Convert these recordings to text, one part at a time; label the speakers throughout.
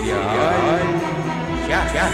Speaker 1: Сериальный час.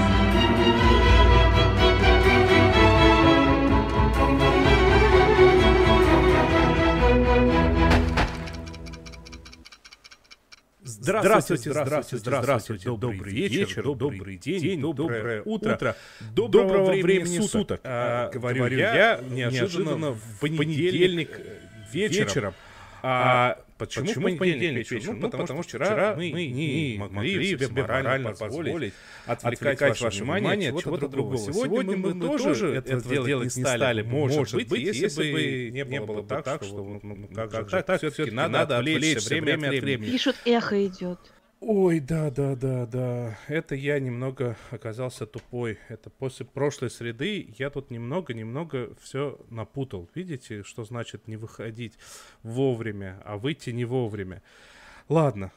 Speaker 2: Здравствуйте, добрый вечер, добрый день, доброе утро, доброго времени суток. Говорю я неожиданно в понедельник вечером. Почему в понедельник вечером? Потому что вчера мы не могли себе морально позволить отвлекать ваше внимание от чего-то другого. Сегодня мы тоже это делать не стали. Может быть, если бы не было так, что как же так, все-таки надо отвлечься время от времени.
Speaker 3: Пишут, эхо идет.
Speaker 2: Ой, да. Это я немного оказался тупой. Это после прошлой среды я тут немного все напутал. Видите, что значит не выходить вовремя, а выйти не вовремя. Ладно.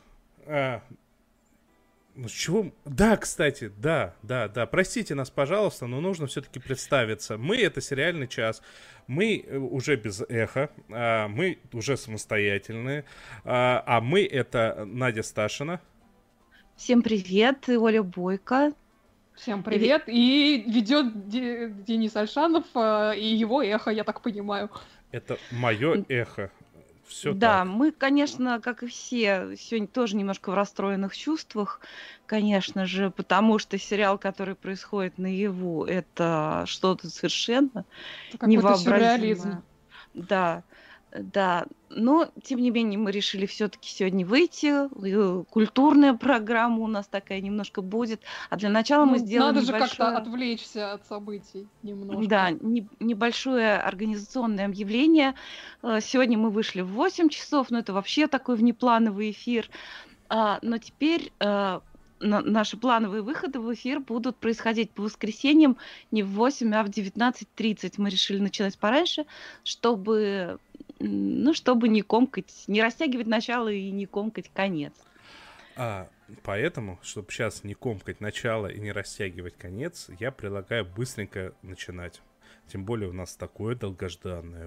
Speaker 2: Ну, с чего? Да, кстати, да. Простите нас, пожалуйста, но нужно все-таки представиться. Мы — это сериальный час. Мы уже без эха, мы уже самостоятельные. А мы — это Надя Сташина.
Speaker 3: Всем привет, и Оля Бойко.
Speaker 4: Всем привет. И ведет Денис Альшанов и его эхо, я так понимаю.
Speaker 2: Это мое эхо. Все
Speaker 3: да,
Speaker 2: так.
Speaker 3: Мы, конечно, как и все, сегодня тоже немножко в расстроенных чувствах, конечно же, потому что сериал, который происходит наяву, это что-то совершенно невообразимое. Да. Но, тем не менее, мы решили все-таки сегодня выйти. Культурная программа у нас такая немножко будет. А для начала мы сделаем
Speaker 4: надо же как-то отвлечься от событий немножко.
Speaker 3: Да, небольшое организационное объявление. Сегодня мы вышли в 8 часов, но это вообще такой внеплановый эфир. Но теперь наши плановые выходы в эфир будут происходить по воскресеньям не в 8, а в 19:30. Мы решили начинать пораньше, чтобы не комкать, не растягивать начало и не комкать конец.
Speaker 2: Поэтому, чтобы сейчас не комкать начало и не растягивать конец, я предлагаю быстренько начинать. Тем более у нас такое долгожданное.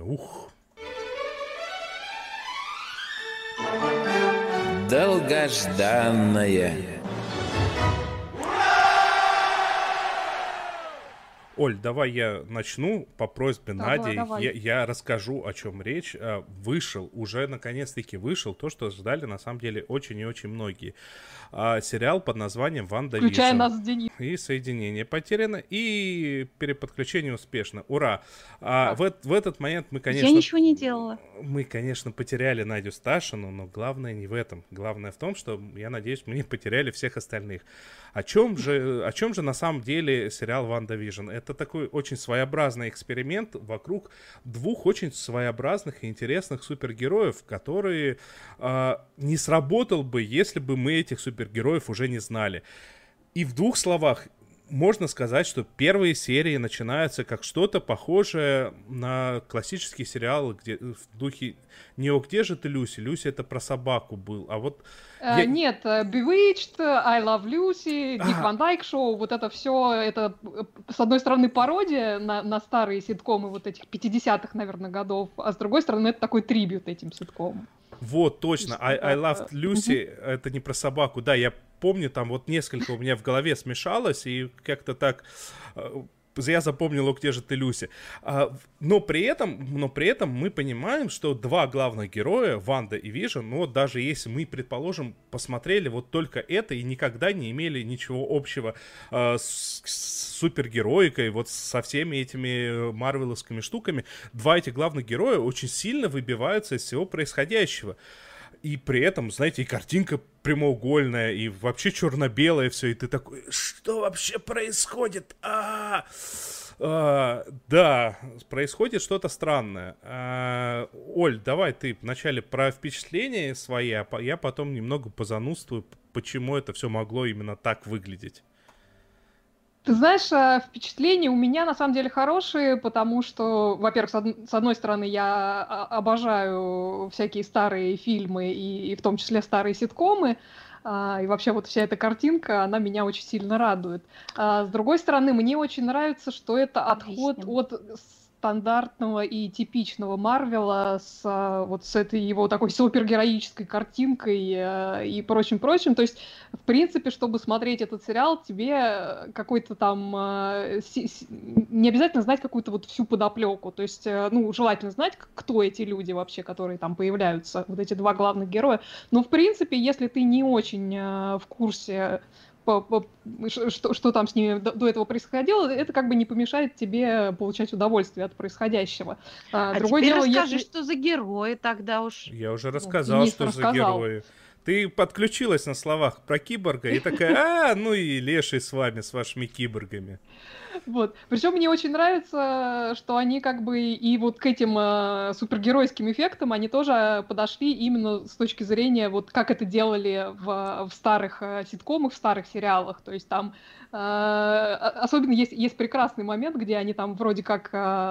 Speaker 1: Долгожданное.
Speaker 2: Оль, давай я начну по просьбе Нади.
Speaker 4: Давай.
Speaker 2: Я расскажу, о чем речь. Уже наконец-таки вышел то, что ждали на самом деле очень и очень многие. Сериал под названием «Ванда Вижн».
Speaker 4: Включая нас с Денисом.
Speaker 2: И соединение потеряно, и переподключение успешно. Ура! В этот момент мы, конечно...
Speaker 3: Я ничего не делала.
Speaker 2: Мы, конечно, потеряли Надю Сташину, но главное не в этом. Главное в том, что, я надеюсь, мы не потеряли всех остальных. О чем же на самом деле сериал «Ванда Вижн»? Это такой очень своеобразный эксперимент вокруг двух очень своеобразных и интересных супергероев, которые не сработал бы, если бы мы этих супергероев уже не знали. И в двух словах можно сказать, что первые серии начинаются как что-то похожее на классический сериал, где в духе не «О, где же ты, Люси?» Люси — это про собаку был, а вот...
Speaker 4: Нет, Bewitched, I Love Lucy, Dick Van Dyke Show, вот это все, это, с одной стороны, пародия на старые ситкомы вот этих 50-х, наверное, годов, а с другой стороны, это такой трибют этим ситкомам.
Speaker 2: Вот, точно, I Loved Lucy, это не про собаку, да, я помню, там вот несколько у меня в голове смешалось, и как-то так... Я запомнил, где же ты, Люси. Но при этом мы понимаем, что два главных героя, Ванда и Вижн, даже если мы, предположим, посмотрели вот только это и никогда не имели ничего общего с супергероикой, вот со всеми этими марвеловскими штуками, два этих главных героя очень сильно выбиваются из всего происходящего. И при этом, знаете, и картинка прямоугольная, и вообще черно-белое все, и ты такой, что вообще происходит? Да, происходит что-то странное. Оль, давай ты вначале про впечатления свои, а я потом немного позанудствую, почему это все могло именно так выглядеть.
Speaker 4: Ты знаешь, впечатления у меня на самом деле хорошие, потому что, во-первых, с одной стороны, я обожаю всякие старые фильмы и в том числе старые ситкомы, и вообще вот вся эта картинка, она меня очень сильно радует. С другой стороны, мне очень нравится, что это отход от стандартного и типичного Марвела вот с этой его такой супергероической картинкой и прочим-прочим. То есть, в принципе, чтобы смотреть этот сериал, тебе какой-то там... не обязательно знать какую-то вот всю подоплеку. То есть, ну, желательно знать, кто эти люди вообще, которые там появляются, вот эти два главных героя. Но, в принципе, если ты не очень в курсе... что там с ними до этого происходило, это как бы не помешает тебе получать удовольствие от происходящего.
Speaker 3: Другое теперь дело, расскажи, что за герои тогда уж.
Speaker 2: Я уже рассказал, что за герои. Ты подключилась на словах про киборга и такая, ну и леший с вами, с вашими киборгами.
Speaker 4: Вот. Причем мне очень нравится, что они как бы и вот к этим супергеройским эффектам они тоже подошли именно с точки зрения вот как это делали в старых ситкомах, в старых сериалах. То есть там особенно есть прекрасный момент, где они там вроде как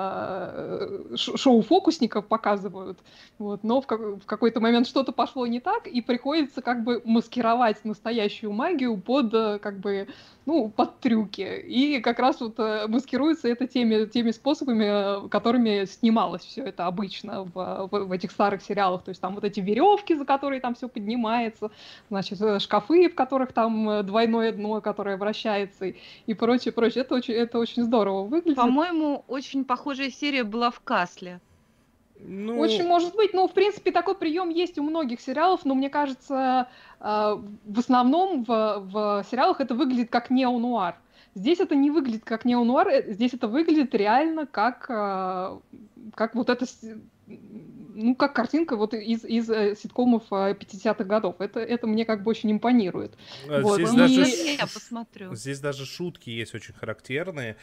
Speaker 4: шоу фокусников показывают, вот, но в какой-то момент что-то пошло не так, и приходится как бы маскировать настоящую магию под как бы, ну, под трюки. И как раз вот маскируется это теми способами, которыми снималось все это обычно в этих старых сериалах. То есть там вот эти веревки, за которые там все поднимается, значит, шкафы, в которых там двойное дно, которое вращается, и прочее, прочее. Это очень здорово выглядит.
Speaker 3: По-моему, очень похожая серия была в «Касле».
Speaker 4: Ну... Очень может быть. Ну, в принципе, такой прием есть у многих сериалов, но мне кажется, в основном в сериалах это выглядит как неонуар. Здесь это не выглядит как неонуар, здесь это выглядит реально как вот это... Ну, как картинка вот из ситкомов 50-х годов. Это мне как бы очень импонирует. Вот.
Speaker 3: Я посмотрю.
Speaker 2: Здесь даже шутки есть очень характерные.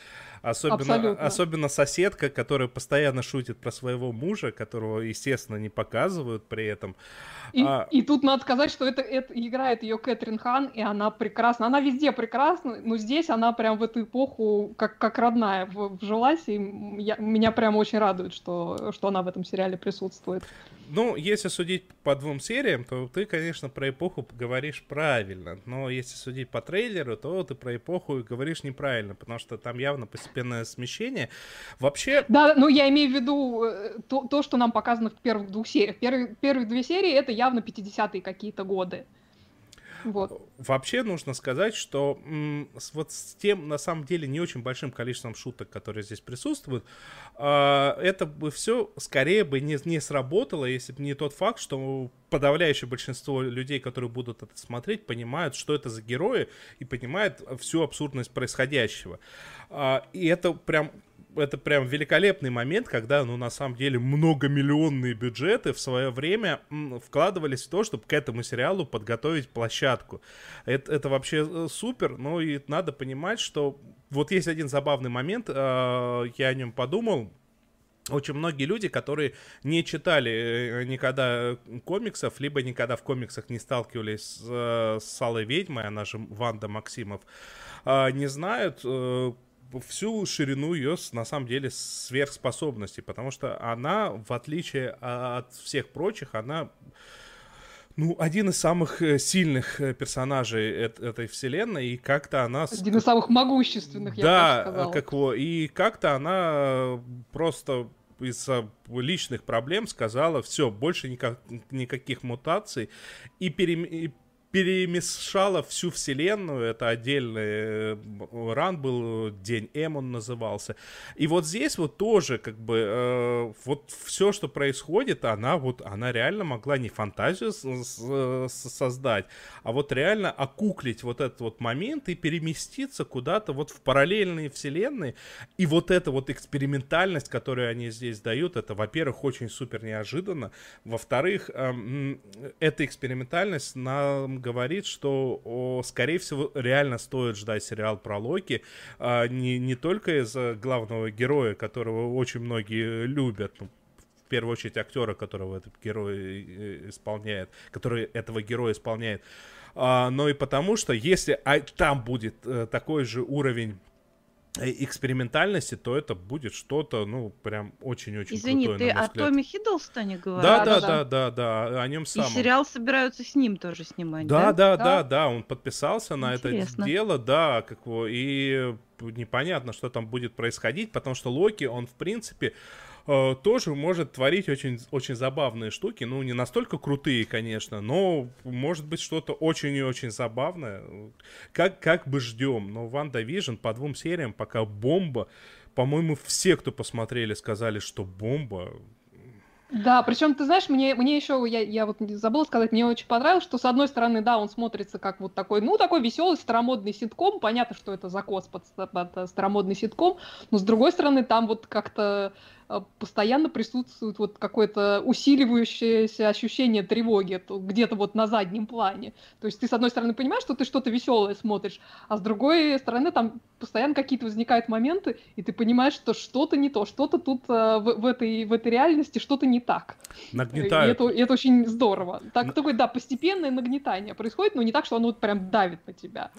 Speaker 2: Особенно соседка, которая постоянно шутит про своего мужа, которого, естественно, не показывают при этом.
Speaker 4: И тут надо сказать, что это играет ее Кэтрин Хан, и она прекрасна. Она везде прекрасна, но здесь она прям в эту эпоху как родная вжилась, и меня прям очень радует, что она в этом сериале присутствует.
Speaker 2: Ну, если судить по 2 сериям, то ты, конечно, про эпоху говоришь правильно, но если судить по трейлеру, то ты про эпоху говоришь неправильно, потому что там явно постепенное смещение. Вообще...
Speaker 4: Да, ну я имею в виду то, что нам показано в первых 2 сериях. Первые 2 серии — это явно 50-е какие-то годы. Вот.
Speaker 2: Вообще нужно сказать, что вот с тем, на самом деле, не очень большим количеством шуток, которые здесь присутствуют, это бы все скорее бы не сработало, если бы не тот факт, что подавляющее большинство людей, которые будут это смотреть, понимают, что это за герои, и понимают всю абсурдность происходящего. И это прям великолепный момент, когда, ну, на самом деле, многомиллионные бюджеты в свое время вкладывались в то, чтобы к этому сериалу подготовить площадку. Это вообще супер, но и надо понимать, что вот есть один забавный момент, я о нем подумал. Очень многие люди, которые не читали никогда комиксов, либо никогда в комиксах не сталкивались с Алой Ведьмой, она же Ванда Максимов, не знают всю ширину ее, на самом деле, сверхспособностей, потому что она, в отличие от всех прочих, она, ну, один из самых сильных персонажей этой вселенной, и как-то она...
Speaker 4: Один из самых могущественных, я бы сказала.
Speaker 2: Да, и как-то она просто из-за личных проблем сказала: все, больше никаких мутаций, и перемешала всю вселенную. Это отдельный ран был, День М он назывался. И вот здесь вот тоже как бы вот все, что происходит, она реально могла не фантазию создать, а вот реально окуклить вот этот вот момент и переместиться куда-то вот в параллельные вселенные. И вот эта вот экспериментальность, которую они здесь дают, это, во-первых, очень супер неожиданно. Во-вторых, эта экспериментальность нам говорит, что, скорее всего, реально стоит ждать сериал про Локи, не только из-за главного героя, которого очень многие любят, ну, в первую очередь актера, которого этот герой исполняет, который этого героя исполняет, но и потому, что если там будет такой же уровень экспериментальности, то это будет что-то, ну, прям очень-очень
Speaker 3: Извини,
Speaker 2: крутое,
Speaker 3: ты
Speaker 2: на мой
Speaker 3: о
Speaker 2: взгляд.
Speaker 3: Томми Хиддлстоне говоришь?
Speaker 2: Да, да,
Speaker 4: да.
Speaker 2: да, о нем
Speaker 3: И
Speaker 2: самом.
Speaker 3: сериал собираются с ним тоже снимать,
Speaker 2: Да,
Speaker 3: да?
Speaker 4: Да.
Speaker 2: он подписался на это
Speaker 3: Интересно.
Speaker 2: дело, да, как его, и непонятно, что там будет происходить, потому что Локи, он, в принципе, тоже может творить очень, очень забавные штуки, ну, не настолько крутые, конечно, но может быть что-то очень и очень забавное, как бы ждем, но Ванда Вижн по 2 сериям пока бомба, по-моему, все, кто посмотрели, сказали, что бомба.
Speaker 4: Да, причем, ты знаешь, мне еще, я вот забыла сказать, мне очень понравилось, что, с одной стороны, да, он смотрится как вот такой, ну, такой веселый старомодный ситком, понятно, что это закос под старомодный ситком, но, с другой стороны, там вот как-то постоянно присутствует вот какое-то усиливающееся ощущение тревоги где-то вот на заднем плане. То есть ты, с одной стороны, понимаешь, что ты что-то веселое смотришь, а с другой стороны, там постоянно какие-то возникают моменты, и ты понимаешь, что что-то не то, что-то тут в этой реальности что-то не так.
Speaker 2: Нагнетают.
Speaker 4: И это очень здорово. Такое, да, постепенное нагнетание происходит, но не так, что оно вот прям давит на тебя.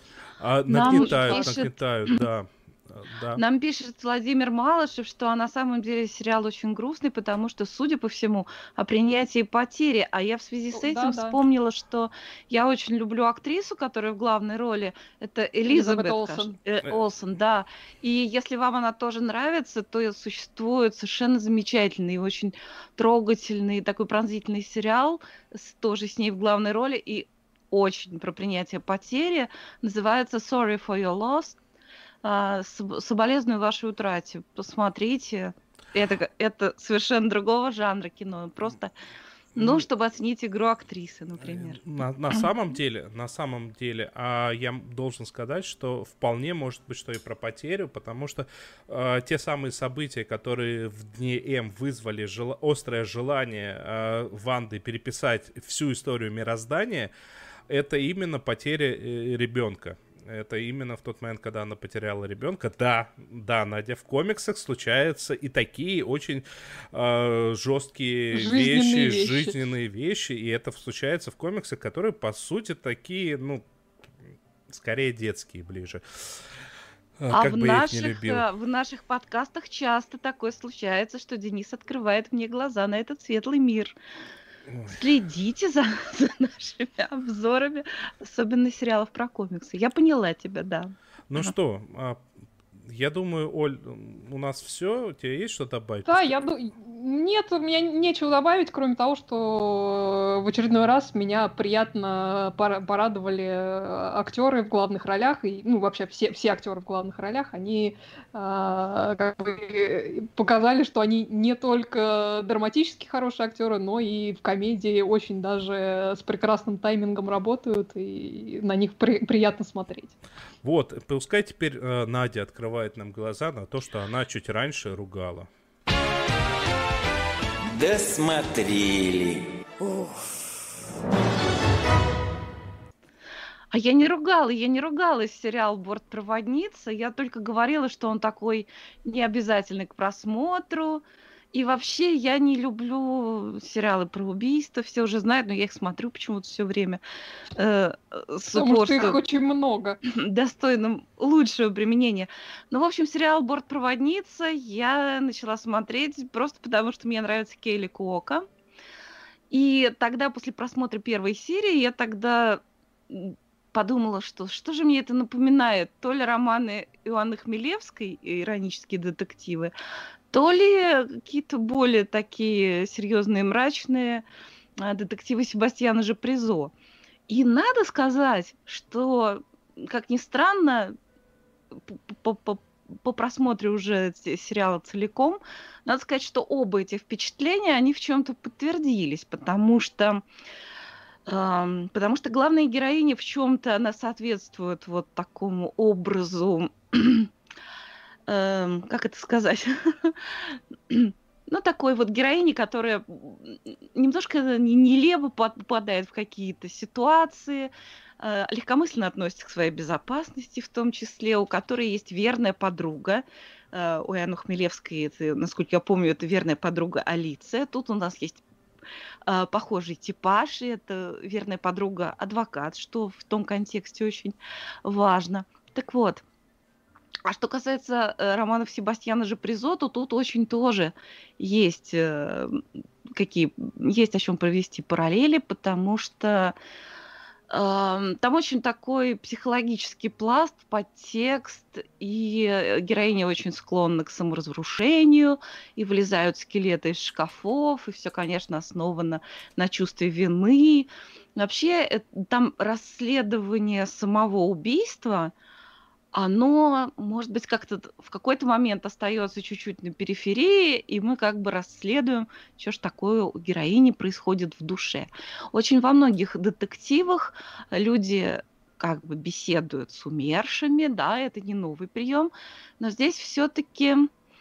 Speaker 2: Нагнетают, да. Да.
Speaker 3: Нам пишет Владимир Малышев, что на самом деле сериал очень грустный, потому что, судя по всему, о принятии потери. А я в связи с этим вспомнила, что я очень люблю актрису, которая в главной роли. Это Элизабет Олсен, да. И если вам она тоже нравится, то существует совершенно замечательный, очень трогательный, такой пронзительный сериал, тоже с ней в главной роли, и очень про принятие потери. Называется «Sorry for your loss». Соболезную вашей утрате. Посмотрите. Это совершенно другого жанра кино. Просто, ну, чтобы оценить игру актрисы, например.
Speaker 2: На самом деле, я должен сказать, что вполне может быть, что и про потерю, потому что те самые события, которые в дне М вызвали острое желание Ванды переписать всю историю мироздания, это именно потеря ребенка. Это именно в тот момент, когда она потеряла ребенка. Да, Надя, в комиксах случаются и такие очень жесткие жизненные вещи, и это случается в комиксах, которые, по сути, такие, ну, скорее детские ближе. Как бы я их не любил.
Speaker 3: В наших подкастах часто такое случается, что Денис открывает мне глаза на этот светлый мир. Следите за нашими обзорами, особенно сериалов про комиксы. Я поняла тебя, да.
Speaker 2: Ну что, я думаю, Оль, у нас все. У тебя есть что добавить?
Speaker 4: Да, нет, у меня нечего добавить, кроме того, что в очередной раз меня приятно порадовали актеры в главных ролях, и, ну, вообще все актеры в главных ролях, они как бы показали, что они не только драматически хорошие актеры, но и в комедии очень даже с прекрасным таймингом работают, и на них приятно смотреть.
Speaker 2: Вот, пускай теперь Надя открывает нам глаза на то, что она чуть раньше ругала.
Speaker 1: Досмотрели.
Speaker 3: А я не ругала сериал «Бортпроводница», я только говорила, что он такой необязательный к просмотру. И вообще я не люблю сериалы про убийства, все уже знают, но я их смотрю почему-то все время.
Speaker 4: Потому что их очень много.
Speaker 3: Достойным лучшего применения. Ну, в общем, сериал «Бортпроводница» я начала смотреть просто потому, что мне нравится Кейли Куока. И тогда, после просмотра первой серии, я тогда подумала, что же мне это напоминает? То ли романы Иоанны Хмелевской, иронические детективы, то ли какие-то более такие серьезные, мрачные детективы Себастьяна Жапризо. И надо сказать, что, как ни странно, по просмотру уже сериала целиком, надо сказать, что оба эти впечатления, они в чем-то подтвердились, потому что главная героиня в чем-то она соответствует вот такому образу, как это сказать, ну, такой вот героини, которая немножко нелепо попадает в какие-то ситуации, легкомысленно относится к своей безопасности в том числе, у которой есть верная подруга. У Иоанны Хмелевской, это, насколько я помню, это верная подруга Алиция. Тут у нас есть похожий типаж, и это верная подруга адвокат, что в том контексте очень важно. Так вот, А что касается романов Себастьяна Жапризо, то тут очень тоже есть есть о чем провести параллели, потому что там очень такой психологический пласт, подтекст, и героиня очень склонна к саморазрушению, и вылезают скелеты из шкафов, и все, конечно, основано на чувстве вины. Вообще, там расследование самого убийства, оно, может быть, как-то в какой-то момент остается чуть-чуть на периферии, и мы как бы расследуем, что ж такое у героини происходит в душе. Очень во многих детективах люди как бы беседуют с умершими, да, это не новый прием, но здесь все-таки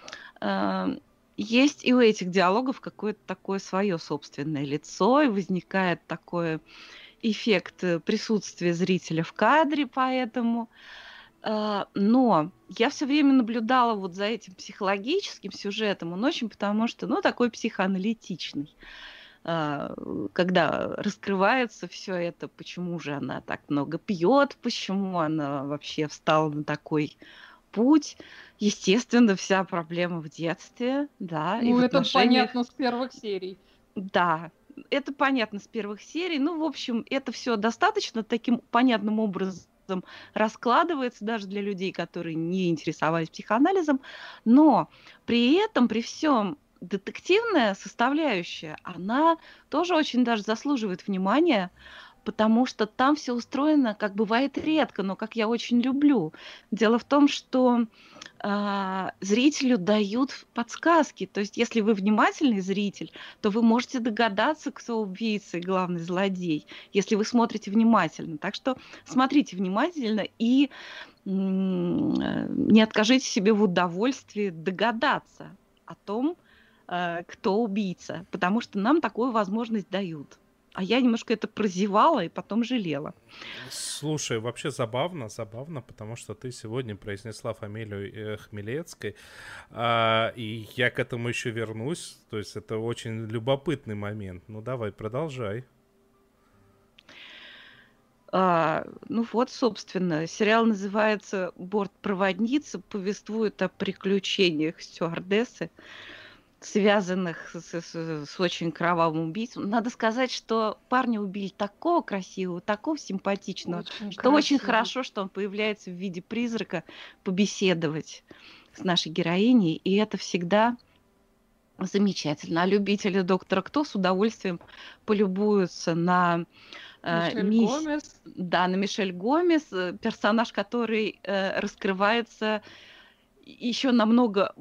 Speaker 3: есть и у этих диалогов какое-то такое свое собственное лицо, и возникает такой эффект присутствия зрителя в кадре, поэтому... Но я все время наблюдала вот за этим психологическим сюжетом, он очень потому что, ну, такой психоаналитичный. Когда раскрывается все это, почему же она так много пьет, почему она вообще встала на такой путь. Естественно, вся проблема в детстве, да, и
Speaker 4: Ну,
Speaker 3: в
Speaker 4: это
Speaker 3: отношениях.
Speaker 4: понятно с первых серий.
Speaker 3: Да, это понятно с первых серий. Ну, в общем, это все достаточно таким понятным образом раскладывается даже для людей, которые не интересовались психоанализом, но при этом, при всем, детективная составляющая, она тоже очень даже заслуживает внимания, потому что там все устроено, как бывает редко, но как я очень люблю. Дело в том, что зрителю дают подсказки. То есть, если вы внимательный зритель, то вы можете догадаться, кто убийца и главный злодей, если вы смотрите внимательно. Так что смотрите внимательно и не откажите себе в удовольствии догадаться о том, кто убийца, потому что нам такую возможность дают. А я немножко это прозевала и потом жалела.
Speaker 2: Слушай, вообще забавно, потому что ты сегодня произнесла фамилию Хмелецкой, и я к этому еще вернусь. То есть это очень любопытный момент. Ну давай, продолжай.
Speaker 3: Ну вот, собственно, сериал называется «Бортпроводница», повествует о приключениях стюардессы, связанных с очень кровавым убийством. Надо сказать, что парня убили такого красивого, такого симпатичного, что очень хорошо, что он появляется в виде призрака, побеседовать с нашей героиней, и это всегда замечательно. А любители «Доктора Кто» с удовольствием полюбуются на
Speaker 4: Гомес.
Speaker 3: Да, на Мишель Гомес, персонаж, который раскрывается еще намного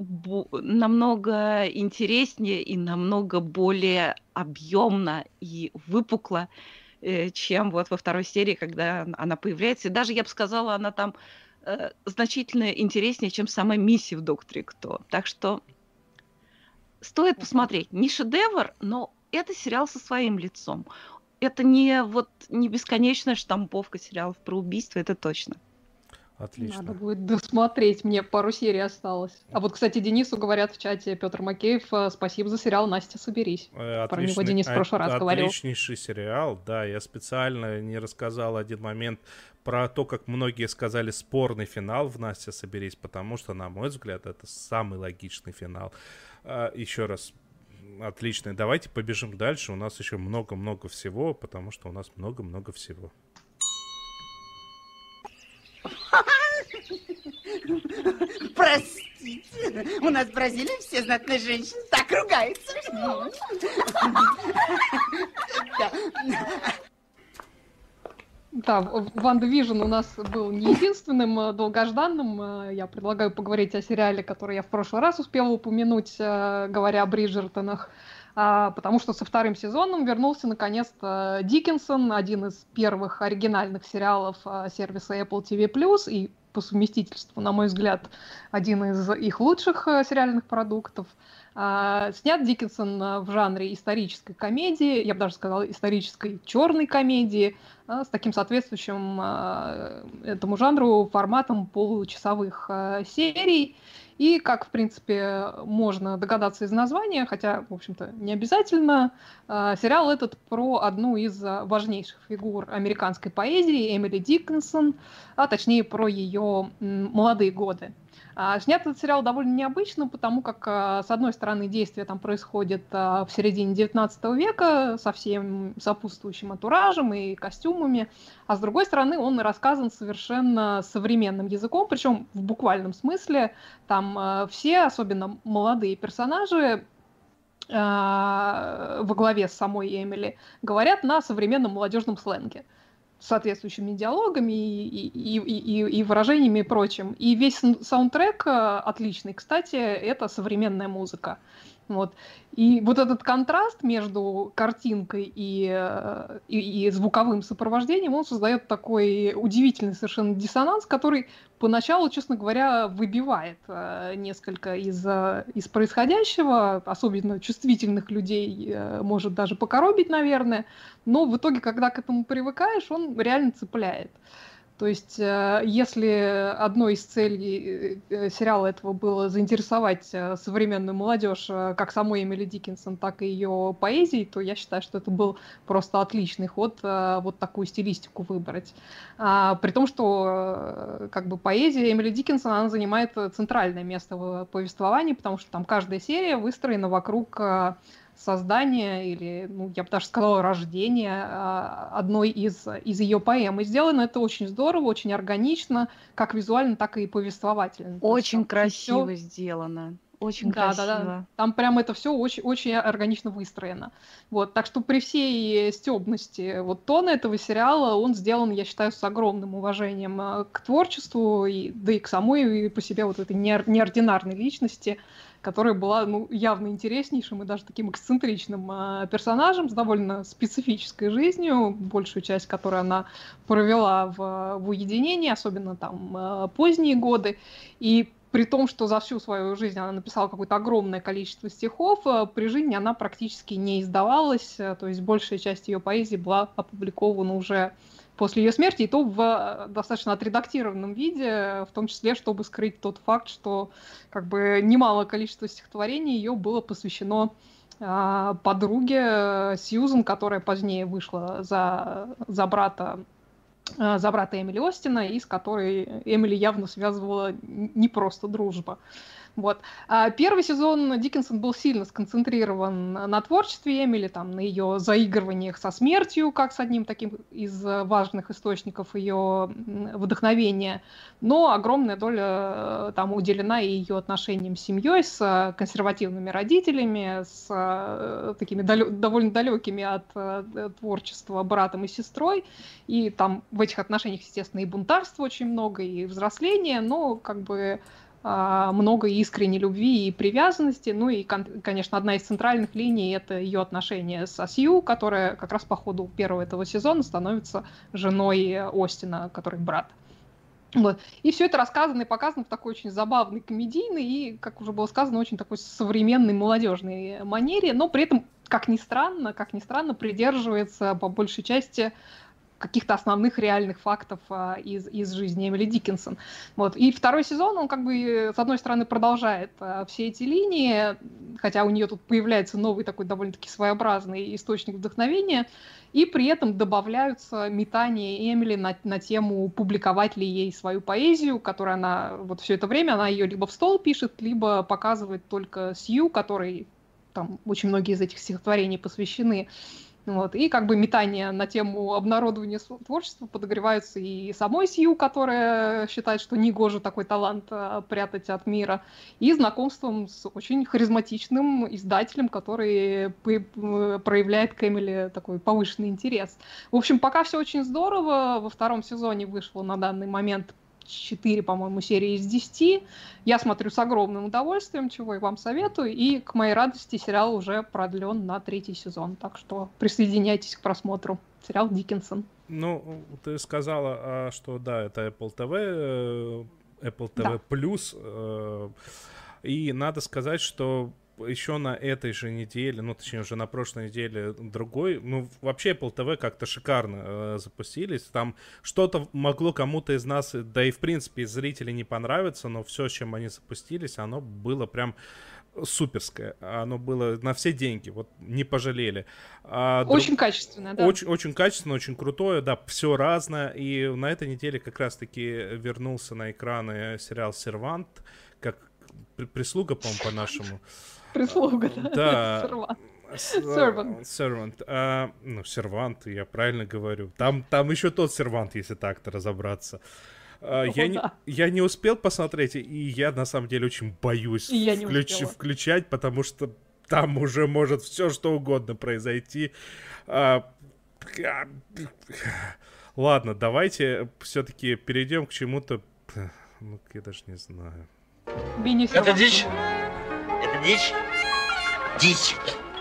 Speaker 3: интереснее и намного более объемно и выпукло, чем вот во второй серии, когда она появляется. И даже, я бы сказала, она там значительно интереснее, чем сама Мисси в «Докторе Кто». Так что стоит посмотреть. Не шедевр, но это сериал со своим лицом. Это не бесконечная штамповка сериалов про убийство, это точно.
Speaker 2: Отлично.
Speaker 4: Надо будет досмотреть, мне пару серий осталось. А вот, кстати, Денису говорят в чате, Петр Макеев, спасибо за сериал «Настя, соберись». Про него Денис в прошлый раз говорил.
Speaker 2: Отличнейший сериал, да, я специально не рассказал один момент про то, как многие сказали спорный финал в «Настя, соберись», потому что, на мой взгляд, это самый логичный финал. Еще раз, отличный. Давайте побежим дальше, у нас еще много-много всего, потому что у нас много-много всего.
Speaker 5: Простите, у нас в Бразилии все знатные женщины так ругаются.
Speaker 4: Да, «Ванда Вижн» у нас был не единственным долгожданным. Я предлагаю поговорить о сериале, который я в прошлый раз успела упомянуть, говоря о Бриджертонах. Потому что со вторым сезоном вернулся наконец-то Диккенсон, один из первых оригинальных сериалов сервиса Apple TV+, и по совместительству, на мой взгляд, один из их лучших сериальных продуктов. Снят Диккенсон в жанре исторической комедии, я бы даже сказала исторической черной комедии, с таким соответствующим этому жанру форматом получасовых серий. И, как, в принципе, можно догадаться из названия, хотя, в общем-то, не обязательно, сериал этот про одну из важнейших фигур американской поэзии, Эмили Диккенсон, а точнее про ее молодые годы. Снят этот сериал довольно необычно, потому как, с одной стороны, действие там происходит в середине 19 века со всем сопутствующим антуражем и костюмами, а с другой стороны, он рассказан совершенно современным языком, причем в буквальном смысле. Там все, особенно молодые персонажи, во главе с самой Эмили, говорят на современном молодежном сленге, с соответствующими диалогами и выражениями и прочим. И весь саундтрек отличный, кстати, это современная музыка. Вот. И вот этот контраст между картинкой и звуковым сопровождением, он создает такой удивительный совершенно диссонанс, который поначалу, честно говоря, выбивает несколько из происходящего, особенно чувствительных людей, может даже покоробить, наверное, но в итоге, когда к этому привыкаешь, он реально цепляет. То есть, если одной из целей сериала этого было заинтересовать современную молодежь как самой Эмили Диккенсон, так и ее поэзией, то я считаю, что это был просто отличный ход вот такую стилистику выбрать. При том, что как бы поэзия Эмили Диккенсон, она занимает центральное место в повествовании, потому что там каждая серия выстроена вокруг создания или, ну, я бы даже сказала, рождения одной из ее поэм. И сделано это очень здорово, очень органично, как визуально, так и повествовательно.
Speaker 3: Очень красиво сделано. Очень красиво. Да.
Speaker 4: Там прям это все очень, очень органично выстроено. Вот. Так что при всей стёбности вот тона этого сериала, он сделан, я считаю, с огромным уважением к творчеству, да и к самой и по себе вот этой неординарной личности, которая была, ну, явно интереснейшим и даже таким эксцентричным персонажем с довольно специфической жизнью, большую часть которой она провела в уединении, особенно там поздние годы. И при том, что за всю свою жизнь она написала какое-то огромное количество стихов, при жизни она практически не издавалась, то есть большая часть ее поэзии была опубликована уже после ее смерти, и то в достаточно отредактированном виде, в том числе, чтобы скрыть тот факт, что как бы немалое количество стихотворений ее было посвящено подруге Сьюзен, которая позднее вышла за брата Эмили Остина, и с которой Эмили явно связывала не просто дружба. Вот. Первый сезон Диккенсон был сильно сконцентрирован на творчестве Эмили, там, на ее заигрываниях со смертью, как с одним таким из важных источников ее вдохновения, но огромная доля там уделена и ее отношениям с семьей, с консервативными родителями, с такими довольно далекими от творчества братом и сестрой, и там в этих отношениях, естественно, и бунтарства очень много, и взросления, но как бы много искренней любви и привязанности. Ну и, конечно, одна из центральных линий — это ее отношения с Сью, которая как раз по ходу первого этого сезона становится женой Остина, который брат. Вот. И все это рассказано и показано в такой очень забавной, комедийной и, как уже было сказано, очень такой современной, молодежной манере, но при этом, как ни странно, придерживается по большей части каких-то основных реальных фактов из жизни Эмили Диккенсон. Вот. И второй сезон, он как бы, с одной стороны, продолжает все эти линии, хотя у нее тут появляется новый такой довольно-таки своеобразный источник вдохновения, и при этом добавляются метания Эмили на тему, публиковать ли ей свою поэзию, которую она вот все это время, она ее либо в стол пишет, либо показывает только Сью, которой там очень многие из этих стихотворений посвящены. Вот. И как бы метания на тему обнародования творчества подогреваются и самой Сью, которая считает, что негоже такой талант прятать от мира, и знакомством с очень харизматичным издателем, который проявляет к Эмили такой повышенный интерес. В общем, пока все очень здорово. Во втором сезоне вышло на данный момент 4, по-моему, серии из 10. Я смотрю с огромным удовольствием, чего и вам советую. И, к моей радости, сериал уже продлен на 3-й сезон. Так что присоединяйтесь к просмотру. Сериал «Диккенсон».
Speaker 2: Ну, ты сказала, что да, это Apple TV, Apple TV+. Да. И надо сказать, что еще на этой же неделе, ну, точнее, уже на прошлой неделе другой, ну, вообще Apple TV как-то шикарно запустились. Там что-то могло кому-то из нас, да и, в принципе, из зрителей не понравиться, но все, с чем они запустились, оно было прям суперское. Оно было на все деньги, вот не пожалели.
Speaker 4: Очень качественно, да.
Speaker 2: Очень качественно, очень крутое, да, все разное. И на этой неделе как раз-таки вернулся на экраны сериал «Сервант», как прислуга, по-моему, по-нашему.
Speaker 4: Прислуга,
Speaker 2: да.
Speaker 4: Servant.
Speaker 2: Ну, сервант, я правильно говорю. Там еще тот сервант, если так-то разобраться. Я не успел посмотреть, и я на самом деле очень боюсь включать, потому что там уже может все что угодно произойти. Ладно, давайте все-таки перейдем к чему-то. Ну, я даже не знаю.
Speaker 5: Это дичь. Это дичь. Дичь.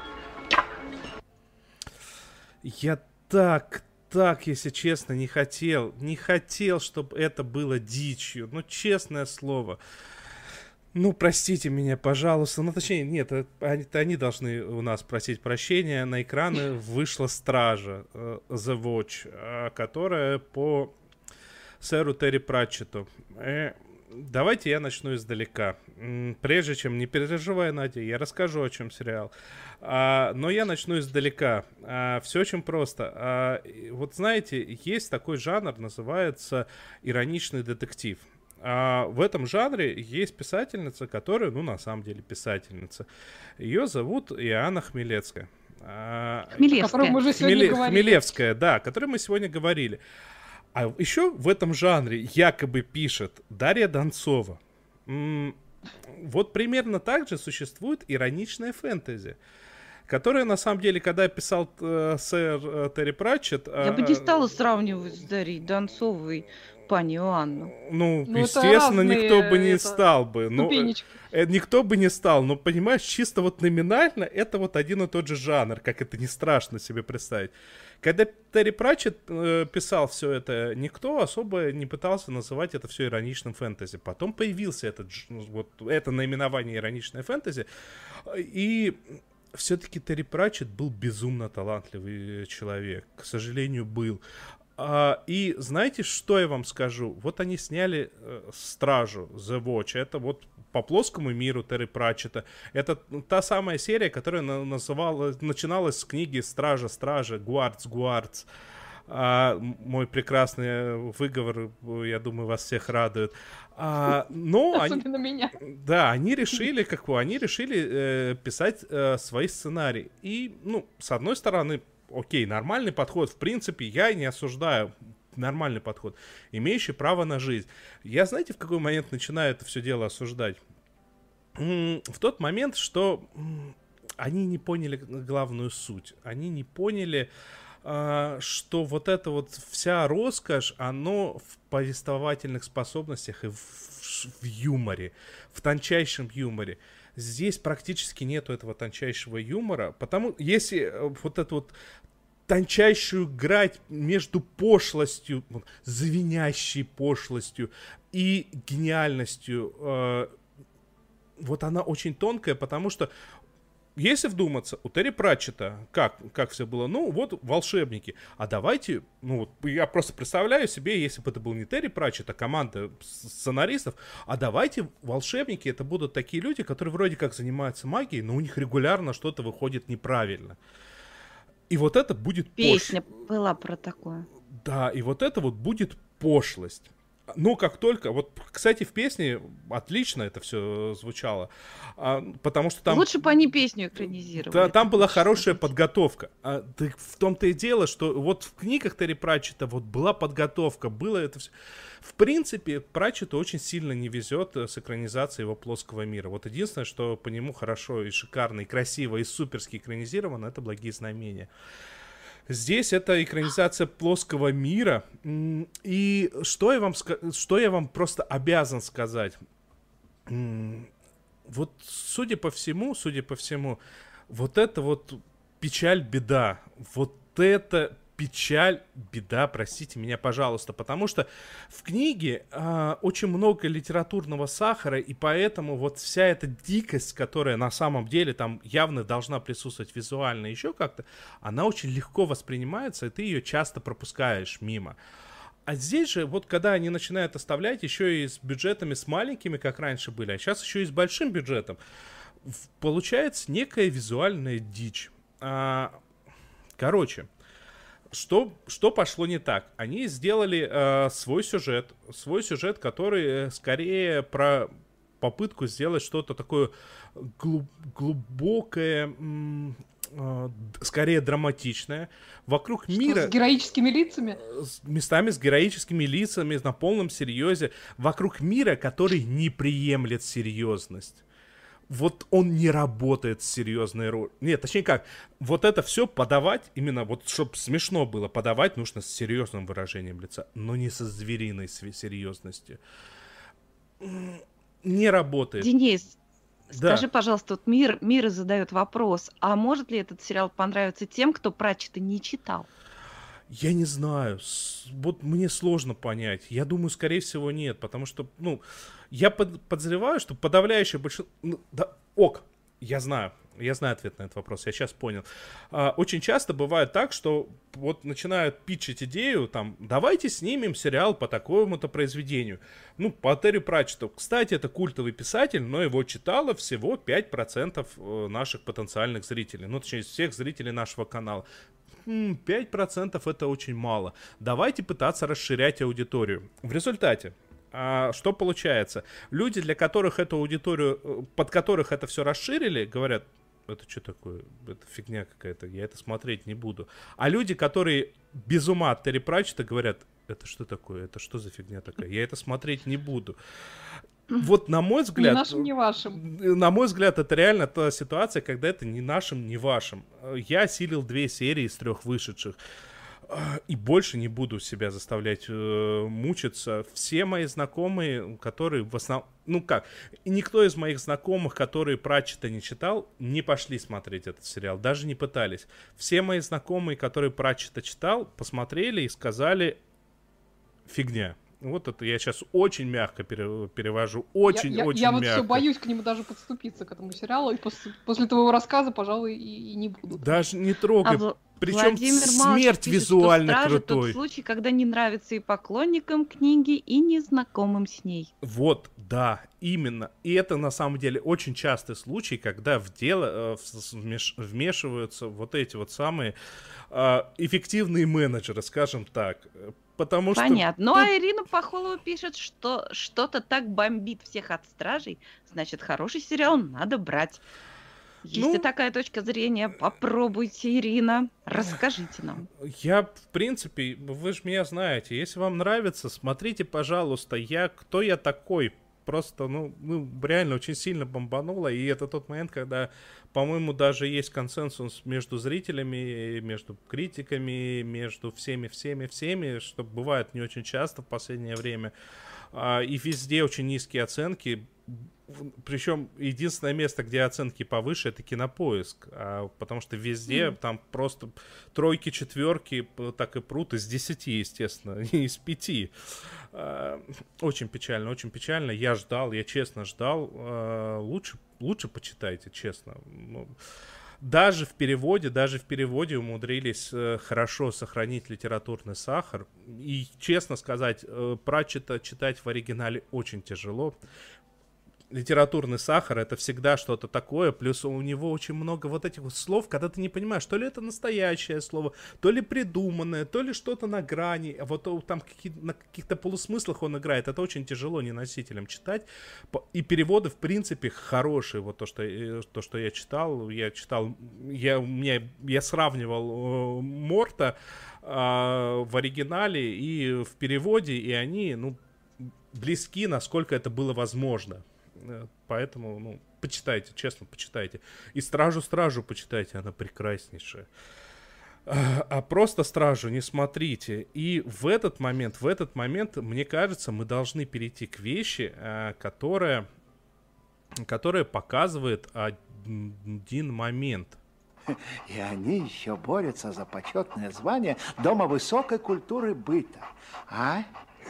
Speaker 2: Я так, если честно, не хотел, чтобы это было дичью. Ну, честное слово. Ну, простите меня, пожалуйста. Ну, точнее, нет, они должны у нас просить прощения. На экраны вышла «Стража», The Watch, которая по сэру Терри Пратчетту. Давайте я начну издалека. Прежде чем, не переживай, Надя, я расскажу, о чем сериал. Но я начну издалека. Все очень просто. Вот знаете, есть такой жанр, называется ироничный детектив. В этом жанре есть писательница, которая, ну, на самом деле, писательница. Ее зовут Иоанна Хмелевская. Хмелевская, да, о которой мы сегодня говорили. А еще в этом жанре якобы пишет Дарья Донцова. Вот примерно так же существует ироничное фэнтези, которое, на самом деле, когда писал сэр Терри Пратчетт...
Speaker 3: Я бы не стала сравнивать с Дарьей Донцовой пани Иоанну.
Speaker 2: Ну, естественно, никто бы не стал бы. Никто бы не стал, но, понимаешь, чисто вот номинально это вот один и тот же жанр, как это не страшно себе представить. Когда Терри Пратчетт писал все это, никто особо не пытался называть это все ироничным фэнтези. Потом появился это наименование ироничное фэнтези, и все-таки Терри Пратчетт был безумно талантливый человек, к сожалению, был. И знаете, что я вам скажу? Вот они сняли «Стражу», The Watch. Это вот по плоскому миру Терри Пратчетта. Это та самая серия, которая начиналась с книги «Стража», «Гуардс». Мой прекрасный выговор, я думаю, вас всех радует.
Speaker 4: Особенно меня.
Speaker 2: Да, они решили писать свои сценарии. И, ну, с одной стороны, окей, нормальный подход, в принципе, я не осуждаю, нормальный подход, имеющий право на жизнь. Я, знаете, в какой момент начинаю это все дело осуждать? В тот момент, что они не поняли главную суть. Они не поняли, что вот эта вот вся роскошь, оно в повествовательных способностях и в юморе, в тончайшем юморе. Здесь практически нету этого тончайшего юмора, потому если вот эту вот тончайшую грань между пошлостью, звенящей пошлостью и гениальностью, вот она очень тонкая, потому что если вдуматься, у Терри Пратчетта как все было? Ну, вот волшебники. А давайте, ну, вот я просто представляю себе, если бы это был не Терри Пратчетт, а команда сценаристов, а давайте волшебники, это будут такие люди, которые вроде как занимаются магией, но у них регулярно что-то выходит неправильно. И вот это будет
Speaker 3: Песня была про такое.
Speaker 2: Да, и вот это вот будет пошлость. Но как только... Вот, кстати, в песне отлично это все звучало. Потому что там...
Speaker 3: Лучше бы они песню экранизировали.
Speaker 2: Там была хорошая подготовка. В том-то и дело, что вот в книгах Терри Пратчетта вот была подготовка, было это все... В принципе, Пратчетту очень сильно не везет с экранизацией его плоского мира. Вот единственное, что по нему хорошо и шикарно, и красиво, и суперски экранизировано, это «Благие знамения». Здесь это экранизация плоского мира. И что я вам просто обязан сказать. Вот судя по всему, вот это вот печаль, беда. Вот это печаль, беда, простите меня, пожалуйста, потому что в книге очень много литературного сахара, и поэтому вот вся эта дикость, которая на самом деле там явно должна присутствовать визуально еще как-то, она очень легко воспринимается, и ты ее часто пропускаешь мимо. А здесь же, вот когда они начинают оставлять еще и с бюджетами с маленькими, как раньше были, а сейчас еще и с большим бюджетом, получается некая визуальная дичь. Короче, что пошло не так? Они сделали свой сюжет, который скорее про попытку сделать что-то такое глубокое, скорее драматичное, вокруг мира...
Speaker 4: С героическими лицами?
Speaker 2: Местами с героическими лицами, на полном серьезе, вокруг мира, который не приемлет серьезность. Вот он не работает с серьезной ролью. Нет, точнее как, вот это все подавать, именно вот, чтобы смешно было, подавать нужно с серьезным выражением лица, но не со звериной серьезностью. Не работает.
Speaker 3: Денис,
Speaker 2: Да.
Speaker 3: скажи, пожалуйста, вот Мира задает вопрос, а может ли этот сериал понравиться тем, кто Пратчета не читал?
Speaker 2: Я не знаю, вот мне сложно понять. Я думаю, скорее всего, нет, потому что, я подозреваю, что подавляющее большинство... Я знаю ответ на этот вопрос, я сейчас понял. Очень часто бывает так, что вот начинают питчить идею, там, давайте снимем сериал по такому-то произведению. По Терри Пратчетту. Кстати, это культовый писатель, но его читало всего 5% наших потенциальных зрителей. Точнее, всех зрителей нашего канала. 5% это очень мало. Давайте пытаться расширять аудиторию. В результате, что получается? Люди, для которых эту аудиторию, под которых это все расширили, говорят, это что такое? Это фигня какая-то, я это смотреть не буду. А люди, которые без ума от Терри Пратчетта, говорят, это что такое? Это что за фигня такая? Я это смотреть не буду. Вот на мой взгляд...
Speaker 4: Ни нашим, ни вашим.
Speaker 2: На мой взгляд, это реально та ситуация, когда это ни нашим, ни вашим. Я осилил 2 серии из 3 вышедших. И больше не буду себя заставлять мучиться. Все мои знакомые, которые в основном... никто из моих знакомых, которые Пратчетта не читал, не пошли смотреть этот сериал. Даже не пытались. Все мои знакомые, которые Пратчетта читал, посмотрели и сказали: фигня. Вот это я сейчас очень мягко перевожу. Очень
Speaker 4: Я
Speaker 2: мягко.
Speaker 4: вот все боюсь к нему даже подступиться, к этому сериалу. И после твоего рассказа, пожалуй, и не буду.
Speaker 2: Даже не трогай. Причем
Speaker 3: Владимир
Speaker 2: смерть
Speaker 3: пишет,
Speaker 2: визуально
Speaker 3: что «Стражи»
Speaker 2: крутой.
Speaker 3: тот случай, когда не нравится и поклонникам книги, и незнакомым с ней.
Speaker 2: Вот, да, именно. И это на самом деле очень частый случай, когда в дело вмешиваются вот эти вот самые эффективные менеджеры, скажем так. Потому
Speaker 3: Понятно.
Speaker 2: что...
Speaker 3: Ну, а Ирина Пахолова пишет, что что-то так бомбит всех от «Стражей», значит, хороший сериал надо брать. Если такая точка зрения, попробуйте, Ирина, расскажите нам.
Speaker 2: Я, в принципе, вы же меня знаете, если вам нравится, смотрите, пожалуйста, кто я такой. Просто, реально очень сильно бомбануло, и это тот момент, когда, по-моему, даже есть консенсус между зрителями, между критиками, между всеми, что бывает не очень часто в последнее время, и везде очень низкие оценки. Причем единственное место, где оценки повыше, это Кинопоиск, потому что везде там просто 3, 4 так и прут из 10, естественно, не из 5. Очень печально, очень печально. Я честно ждал. Лучше почитайте, честно. Даже в переводе умудрились хорошо сохранить литературный сахар. И, честно сказать, Пратчетта читать в оригинале очень тяжело. Литературный сахар — это всегда что-то такое, плюс у него очень много вот этих вот слов, когда ты не понимаешь, то ли это настоящее слово, то ли придуманное, то ли что-то на грани, а вот там на каких-то полусмыслах он играет, это очень тяжело неносителям читать, и переводы, в принципе, хорошие, вот то, что я читал, я сравнивал Морта в оригинале и в переводе, и они, близки, насколько это было возможно. Поэтому, почитайте, честно, почитайте. И «Стражу» почитайте, она прекраснейшая. А просто «Стражу» не смотрите. И в этот момент, мне кажется, мы должны перейти к вещи, которая показывает один момент.
Speaker 6: И они еще борются за почетное звание Дома высокой культуры быта. А?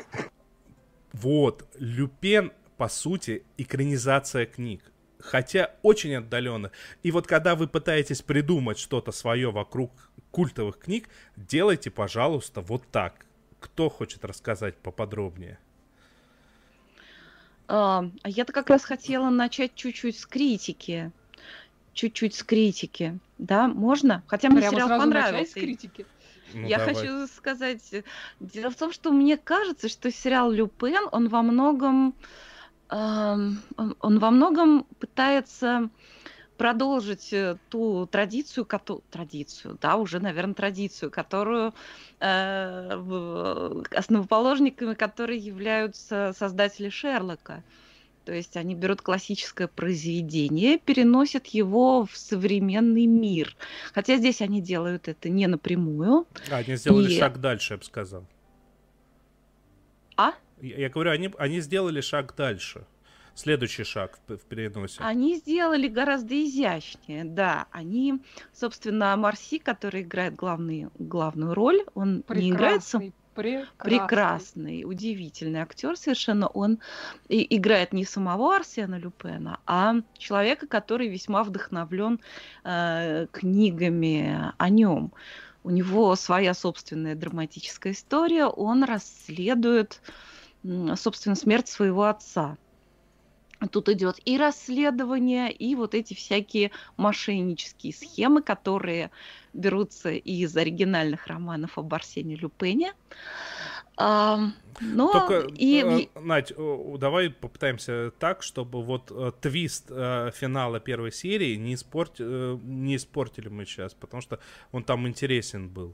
Speaker 2: Вот, Люпен, по сути, экранизация книг. Хотя очень отдаленно. И вот когда вы пытаетесь придумать что-то свое вокруг культовых книг, делайте, пожалуйста, вот так. Кто хочет рассказать поподробнее?
Speaker 3: Я-то как раз хотела начать чуть-чуть с критики. Чуть-чуть с критики. Да, можно? Хотя мне
Speaker 4: Прямо
Speaker 3: сериал
Speaker 4: сразу начать с
Speaker 3: понравился.
Speaker 4: критики.
Speaker 2: Ну,
Speaker 3: Я
Speaker 2: давай.
Speaker 3: хочу сказать, дело в том, что мне кажется, что сериал «Люпен», он во многом пытается продолжить ту традицию, да, уже, наверное, традицию, которую основоположниками которой являются создатели Шерлока. То есть они берут классическое произведение, переносят его в современный мир. Хотя здесь они делают это не напрямую.
Speaker 2: Они сделали
Speaker 3: И-
Speaker 2: шаг дальше, я бы сказал.
Speaker 3: А?
Speaker 2: Я говорю, они сделали шаг дальше. Следующий шаг в переносе.
Speaker 3: Они сделали гораздо изящнее, да. Они, собственно, Марси, который играет главную роль, он не играет прекрасный, удивительный актер совершенно. Он играет не самого Арсена Люпена, а человека, который весьма вдохновлен книгами о нем. У него своя собственная драматическая история. Он расследует, собственно, смерть своего отца. Тут идет и расследование, и вот эти всякие мошеннические схемы, которые берутся из оригинальных романов об Арсене Люпене. Но
Speaker 2: Только,
Speaker 3: и
Speaker 2: Надь, давай попытаемся так, чтобы вот твист финала первой серии не испортили мы сейчас, потому что он там интересен был.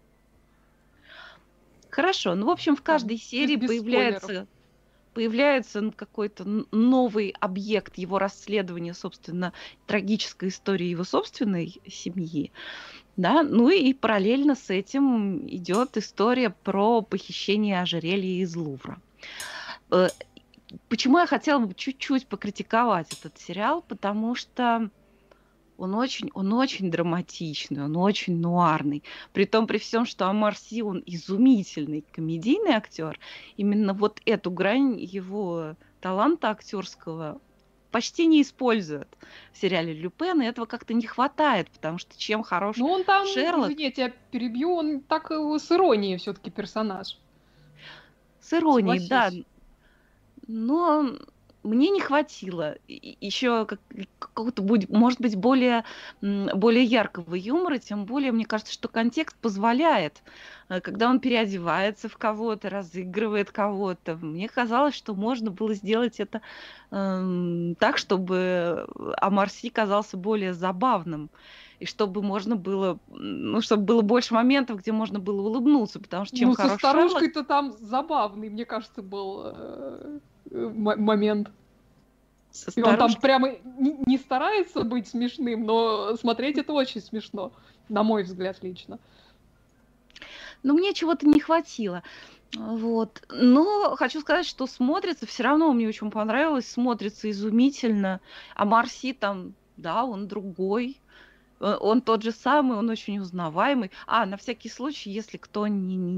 Speaker 3: хорошо. Ну, в общем, в каждой серии
Speaker 4: без
Speaker 3: появляется какой-то новый объект его расследования, собственно, трагической истории его собственной семьи. Да? Ну и параллельно с этим идет история про похищение ожерелья из Лувра. Почему я хотела бы чуть-чуть покритиковать этот сериал? Потому что он очень драматичный, он очень нуарный. Притом, при всем, что Омар Си, он изумительный комедийный актер, именно вот эту грань его таланта актерского почти не используют в сериале «Люпен», и этого как-то не хватает, потому что чем хорош
Speaker 4: Ну, он там,
Speaker 3: Шерлок...
Speaker 4: извини, я тебя перебью, он так с иронией все-таки персонаж.
Speaker 3: С иронией, да.
Speaker 4: Согласись.
Speaker 3: Но мне не хватило еще какого-то, может быть, более яркого юмора, тем более, мне кажется, что контекст позволяет, когда он переодевается в кого-то, разыгрывает кого-то. Мне казалось, что можно было сделать это так, чтобы Омар Си казался более забавным. И чтобы можно было, чтобы было больше моментов, где можно было улыбнуться, потому что чем
Speaker 4: со
Speaker 3: хорош
Speaker 4: старушкой-то там забавный, мне кажется, был момент. И он там прямо не старается быть смешным, но смотреть это очень смешно, на мой взгляд лично.
Speaker 3: Но мне чего-то не хватило. Вот. Но хочу сказать, что смотрится, все равно мне очень понравилось, смотрится изумительно. А Марси там, да, он другой. Он тот же самый, он очень узнаваемый. На всякий случай, если кто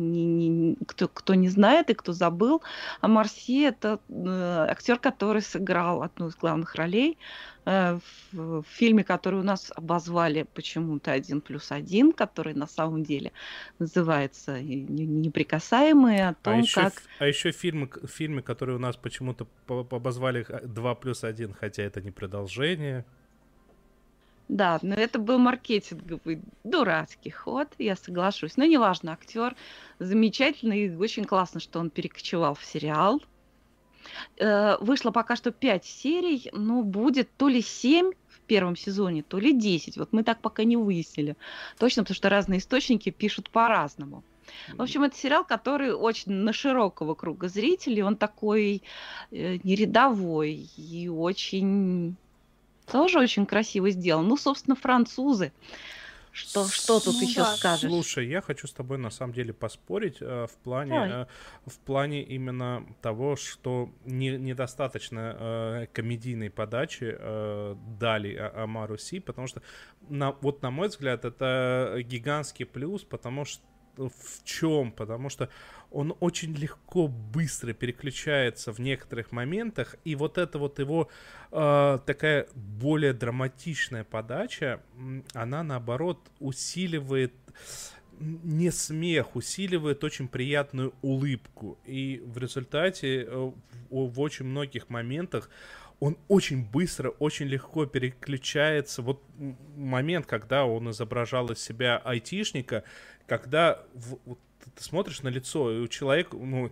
Speaker 3: не знает и кто забыл, Марси — это актер, который сыграл одну из главных ролей в фильме, который у нас обозвали почему-то «1+1», который на самом деле называется «Неприкасаемые», о том,
Speaker 2: А еще фильмы, которые у нас почему-то обозвали 2+1, хотя это не продолжение.
Speaker 3: Да, но это был маркетинговый дурацкий ход, я соглашусь. Но неважно, актер замечательный, и очень классно, что он перекочевал в сериал. Вышло пока что 5 серий, но будет то ли 7 в первом сезоне, то ли 10. Вот мы так пока не выяснили. Точно, потому что разные источники пишут по-разному. В общем, это сериал, который очень на широкого круга зрителей. Он такой не рядовой и тоже очень красиво сделан. Ну, собственно, французы. Что тут
Speaker 4: Ну
Speaker 3: еще
Speaker 4: да.
Speaker 3: скажешь?
Speaker 2: Слушай, я хочу с тобой на самом деле поспорить
Speaker 3: Давай.
Speaker 2: в плане именно того, что недостаточно комедийной подачи дали Омару Си, потому что, вот на мой взгляд, это гигантский плюс, потому что в чем? Потому что он очень легко, быстро переключается в некоторых моментах, и вот это вот его такая более драматичная подача, она наоборот усиливает не смех, усиливает очень приятную улыбку. И в результате в очень многих моментах он очень быстро, очень легко переключается. Вот момент, когда он изображал из себя айтишника, когда вот ты смотришь на лицо, и у человека,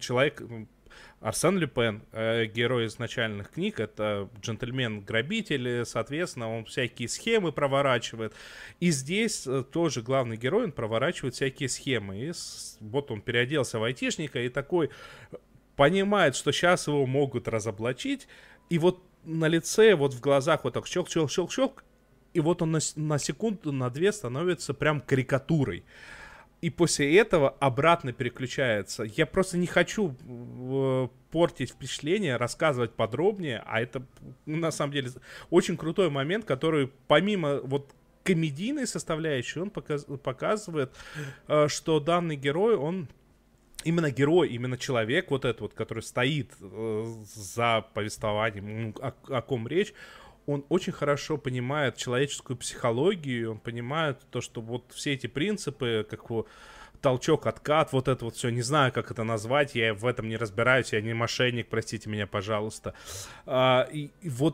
Speaker 2: Арсен Люпен, герой изначальных книг, это джентльмен-грабитель, соответственно, он всякие схемы проворачивает. И здесь тоже главный герой, он проворачивает всякие схемы. И вот он переоделся в айтишника и такой понимает, что сейчас его могут разоблачить, и вот на лице, вот в глазах вот так щелк-щелк-щелк-щелк, и вот он на секунду, на две становится прям карикатурой. И после этого обратно переключается. Я просто не хочу портить впечатление, рассказывать подробнее, а это на самом деле очень крутой момент, который помимо вот комедийной составляющей, он показывает, что данный герой, он именно герой, именно человек вот этот вот, который стоит за повествованием, о ком речь, он очень хорошо понимает человеческую психологию, он понимает то, что вот все эти принципы, как толчок, откат, вот это вот все, не знаю, как это назвать, я в этом не разбираюсь, я не мошенник, простите меня, пожалуйста. И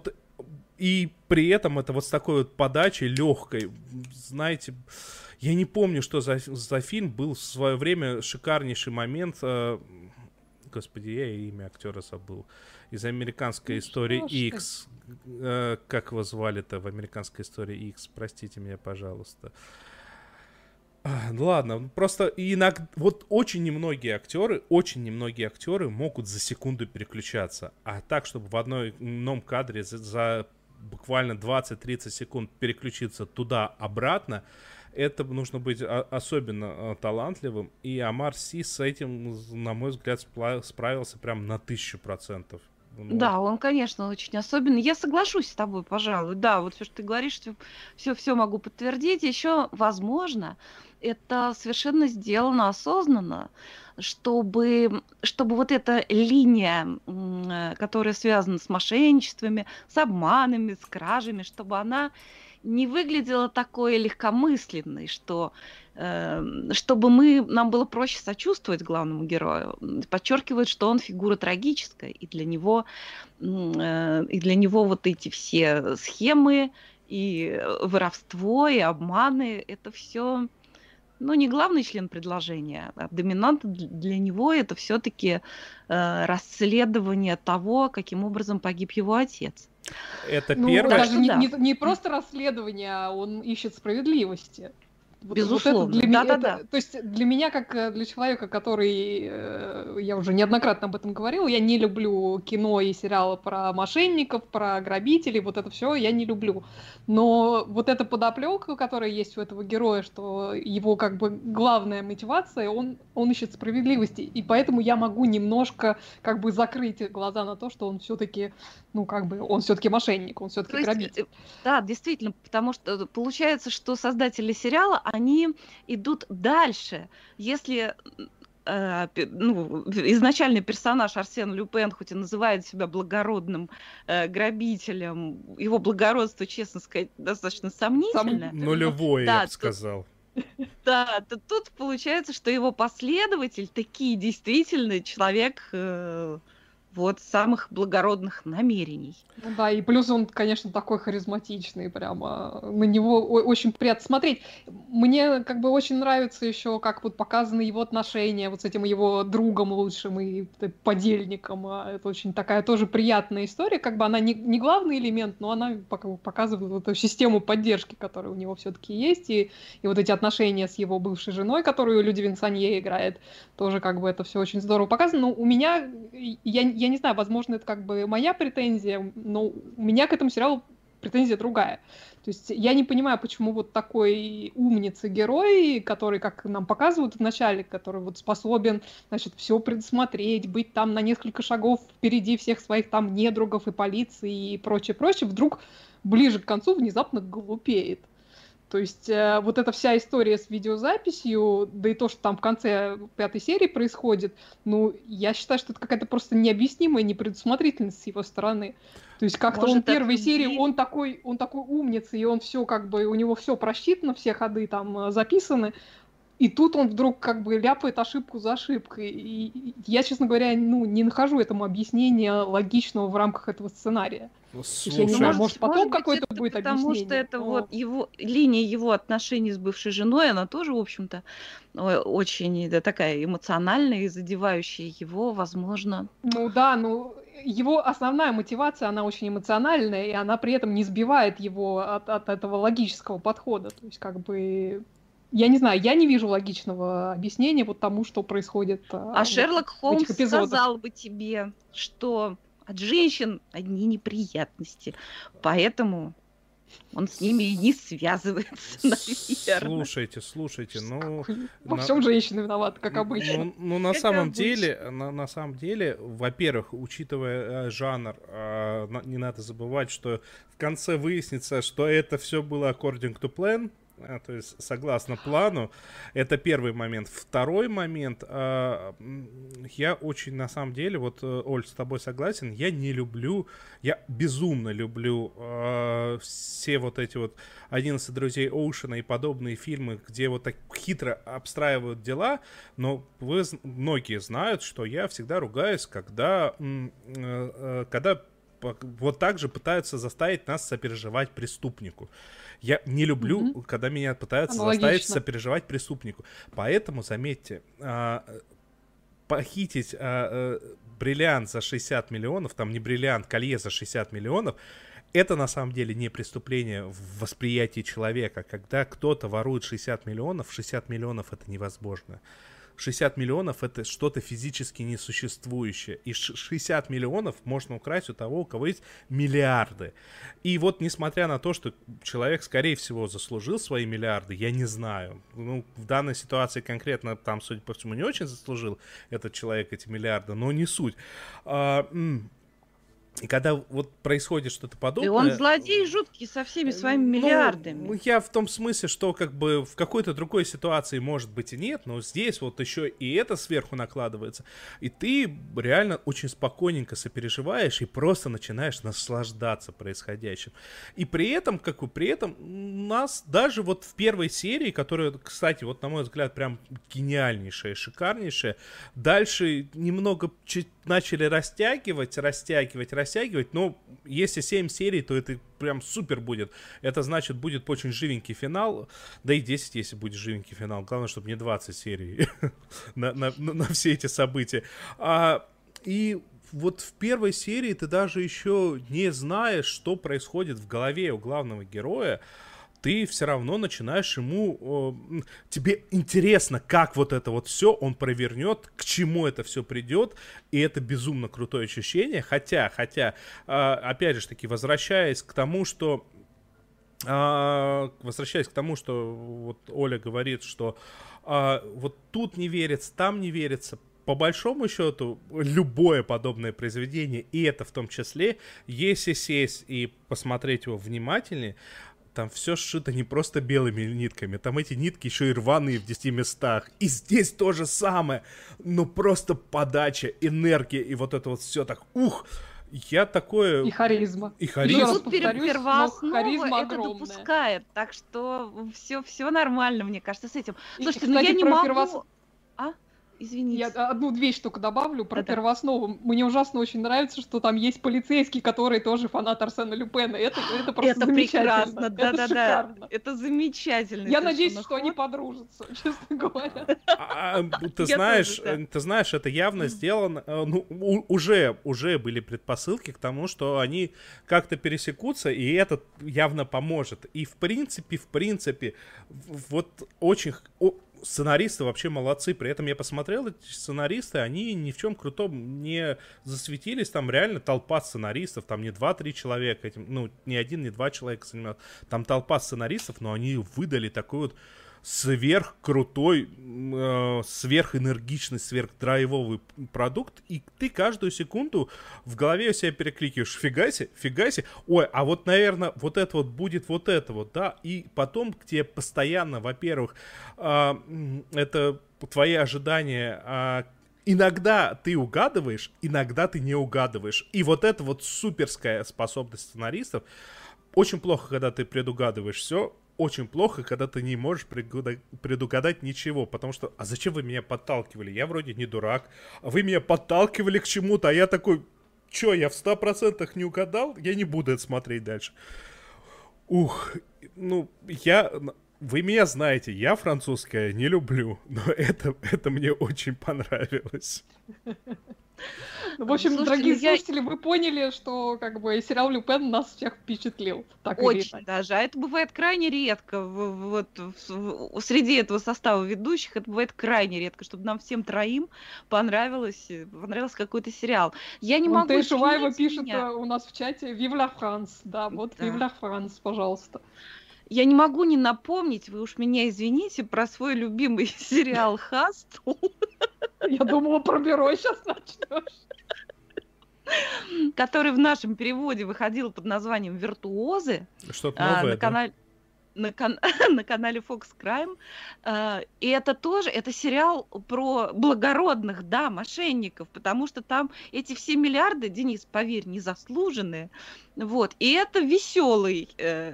Speaker 2: при этом это вот с такой вот подачей легкой, знаете, я не помню, что за фильм был в свое время шикарнейший момент, господи, я имя актера забыл, из «Американской истории X». Как его звали-то в «Американской истории X»? Простите меня, пожалуйста. Ладно, просто иногда... Вот очень немногие актеры могут за секунду переключаться. А так, чтобы в одном кадре за буквально 20-30 секунд переключиться туда-обратно, это нужно быть особенно талантливым. И Омар Си с этим, на мой взгляд, справился прям на 1000%.
Speaker 3: Да, он, конечно, очень особенный. Я соглашусь с тобой, пожалуй. Да, вот все, что ты говоришь, все могу подтвердить. Еще, возможно, это совершенно сделано осознанно, чтобы вот эта линия, которая связана с мошенничествами, с обманами, с кражами, чтобы она не выглядела такой легкомысленной, чтобы нам было проще сочувствовать главному герою. Подчеркивает, что он фигура трагическая, и для него вот эти все схемы и воровство, и обманы, это все, не главный член предложения, а доминант для него это все-таки расследование того, каким образом погиб его отец.
Speaker 2: Это первое.
Speaker 4: Даже не просто расследование, а он ищет справедливости.
Speaker 3: Безусловно.
Speaker 4: Вот то есть для меня, как для человека, который, я уже неоднократно об этом говорила, я не люблю кино и сериалы про мошенников, про грабителей, вот это все я не люблю. Но вот эта подоплека, которая есть у этого героя, что его как бы главная мотивация, он ищет справедливости, и поэтому я могу немножко как бы закрыть глаза на то, что он все-таки, он все-таки мошенник, он все-таки грабитель.
Speaker 3: Да, действительно, потому что получается, что создатели сериала, они идут дальше. Если изначальный персонаж Арсен Люпен, хоть и называет себя благородным грабителем, его благородство, честно сказать, достаточно сомнительное.
Speaker 2: Нулевое, я бы сказал.
Speaker 3: Да, тут получается, что его последователь таки действительно человек самых благородных намерений.
Speaker 4: Да, и плюс он, конечно, такой харизматичный, прямо на него очень приятно смотреть. Мне как бы очень нравится еще, как вот показаны его отношения вот с этим его другом лучшим и подельником. Это очень такая тоже приятная история, как бы она не главный элемент, но она показывает вот эту систему поддержки, которая у него все-таки есть, и вот эти отношения с его бывшей женой, которую Люди Винсанье играет, тоже как бы это все очень здорово показано. Но у меня, я не знаю, возможно, это как бы моя претензия, но у меня к этому сериалу претензия другая. То есть я не понимаю, почему вот такой умница герой, который, как нам показывают вначале, который вот способен, значит, все предусмотреть, быть там на несколько шагов впереди всех своих там недругов и полиции и прочее, вдруг ближе к концу внезапно глупеет. То есть вот эта вся история с видеозаписью, да и то, что там в конце 5-й серии происходит, ну, я считаю, что это какая-то просто необъяснимая непредусмотрительность с его стороны. То есть как-то он в первой серии, он такой умница, и он все как бы, у него все просчитано, все ходы там записаны, и тут он вдруг как бы ляпает ошибку за ошибкой. И я, честно говоря, ну, не нахожу этому объяснения логичного в рамках этого сценария.
Speaker 2: Ну,
Speaker 4: Я не знаю, может потом какое-то будет
Speaker 3: потому
Speaker 4: объяснение.
Speaker 3: Потому что это вот его линия его отношений с бывшей женой, она тоже, в общем-то, очень такая эмоциональная и задевающая его, возможно.
Speaker 4: Ну да, ну его основная мотивация, она очень эмоциональная, и она при этом не сбивает его от этого логического подхода. То есть как бы... Я не знаю, я не вижу логичного объяснения вот тому, что происходит.
Speaker 3: А Шерлок Холмс сказал бы тебе, что от женщин одни неприятности, поэтому он с ними и не связывается, наверное.
Speaker 2: Слушайте, ну...
Speaker 4: Во всем женщины виноваты, как обычно.
Speaker 2: Ну, на самом деле, во-первых, учитывая жанр, не надо забывать, что в конце выяснится, что это все было according to plan, то есть согласно плану. Это первый момент. Второй момент, я очень, на самом деле, вот, Оль, с тобой согласен, я безумно люблю все вот эти вот 11 друзей Оушена и подобные фильмы, где вот так хитро обстраивают дела, но многие знают, что я всегда ругаюсь, когда вот так же пытаются заставить нас сопереживать преступнику. Я не люблю, когда меня пытаются заставить сопереживать преступнику. Поэтому, заметьте, похитить бриллиант за 60 миллионов, там не бриллиант, колье за 60 миллионов, это на самом деле не преступление в восприятии человека. Когда кто-то ворует 60 миллионов это невозможно. 60 миллионов — это что-то физически несуществующее. И 60 миллионов можно украсть у того, у кого есть миллиарды. И вот, несмотря на то, что человек, скорее всего, заслужил свои миллиарды, я не знаю. Ну, в данной ситуации конкретно там, судя по всему, не очень заслужил этот человек эти миллиарды, но не суть. И когда вот происходит что-то подобное...
Speaker 3: И он злодей жуткий со всеми своими миллиардами.
Speaker 2: Ну, я в том смысле, что как бы в какой-то другой ситуации может быть и нет, но здесь вот еще и это сверху накладывается. И ты реально очень спокойненько сопереживаешь и просто начинаешь наслаждаться происходящим. И при этом, нас даже вот в первой серии, которая, кстати, вот на мой взгляд, прям гениальнейшая, шикарнейшая, дальше немного чуть начали растягивать, но если 7 серий, то это прям супер будет. Это значит, будет очень живенький финал, да и 10, если будет живенький финал. Главное, чтобы не 20 серий на все эти события. И вот в первой серии ты даже еще не знаешь, что происходит в голове у главного героя. Ты все равно начинаешь тебе интересно, как вот это вот все он провернет, к чему это все придет, и это безумно крутое ощущение, хотя, опять же таки, возвращаясь к тому, что вот Оля говорит, что вот тут не верится, там не верится. По большому счету, любое подобное произведение, и это в том числе, если сесть и посмотреть его внимательнее, там все сшито не просто белыми нитками, там эти нитки еще и рваные в 10 местах. И здесь то же самое, но просто подача, энергия и вот это вот все так, я такое...
Speaker 4: И харизма.
Speaker 3: И тут первооснова это допускает, так что все нормально, мне кажется, с этим. Слушайте, ну я не могу... Извините.
Speaker 4: Я одну-две штуки добавлю про первооснову. Мне ужасно очень нравится, что там есть полицейский, который тоже фанат Арсена Люпена. Это просто замечательно.
Speaker 3: Это шикарно. Это замечательно.
Speaker 4: Я надеюсь, что они подружатся, честно говоря.
Speaker 2: Ты знаешь, это явно сделано. Уже были предпосылки к тому, что они как-то пересекутся, и это явно поможет. И в принципе, вот очень... сценаристы вообще молодцы. При этом я посмотрел, эти сценаристы, они ни в чем крутом не засветились. Там реально толпа сценаристов, там не 2-3 человека, этим, ну, не один, не два человека занимают. Там толпа сценаристов, но они выдали такой вот сверхкрутой, сверхэнергичный, сверхдрайвовый продукт, и ты каждую секунду в голове у себя перекликиваешь: фигаси, фигаси, ой, а вот, наверное, вот это вот будет вот это вот, да, и потом к тебе постоянно, во-первых, это твои ожидания, иногда ты угадываешь, иногда ты не угадываешь, и вот это вот суперская способность сценаристов. Очень плохо, когда ты предугадываешь все, очень плохо, когда ты не можешь предугадать ничего, потому что, а зачем вы меня подталкивали? Я вроде не дурак, а вы меня подталкивали к чему-то, а я такой, чё, я в 100% не угадал? Я не буду это смотреть дальше. Ух, ну, вы меня знаете, я французское не люблю, но это мне очень понравилось.
Speaker 4: Ну, в общем,
Speaker 3: Слушайте,
Speaker 4: дорогие
Speaker 3: ну я-
Speaker 4: слушатели, вы поняли, что как бы сериал «Люпен» нас всех впечатлил. Так или
Speaker 3: Очень
Speaker 4: иначе.
Speaker 3: даже. А это бывает крайне редко. Среди этого состава ведущих это бывает крайне редко, чтобы нам всем троим понравился какой-то сериал. Я не
Speaker 4: Вон
Speaker 3: могу,
Speaker 4: Тейша Вайва
Speaker 3: извините
Speaker 4: пишет
Speaker 3: меня.
Speaker 4: у нас в чате «Vive la France». Да, вот
Speaker 3: Да.
Speaker 4: «Vive la France», пожалуйста.
Speaker 3: Я не могу не напомнить, вы уж меня извините, про свой любимый сериал «Хастл»,
Speaker 4: Я думала, про бюро сейчас начнешь.
Speaker 3: который в нашем переводе выходил под названием «Виртуозы».
Speaker 2: Что-то
Speaker 3: на
Speaker 2: новое, да?
Speaker 3: канале на канале Fox Crime. И это тоже, это сериал про благородных, да, мошенников, потому что там эти все миллиарды, Денис, поверь, незаслуженные. Вот. И это веселый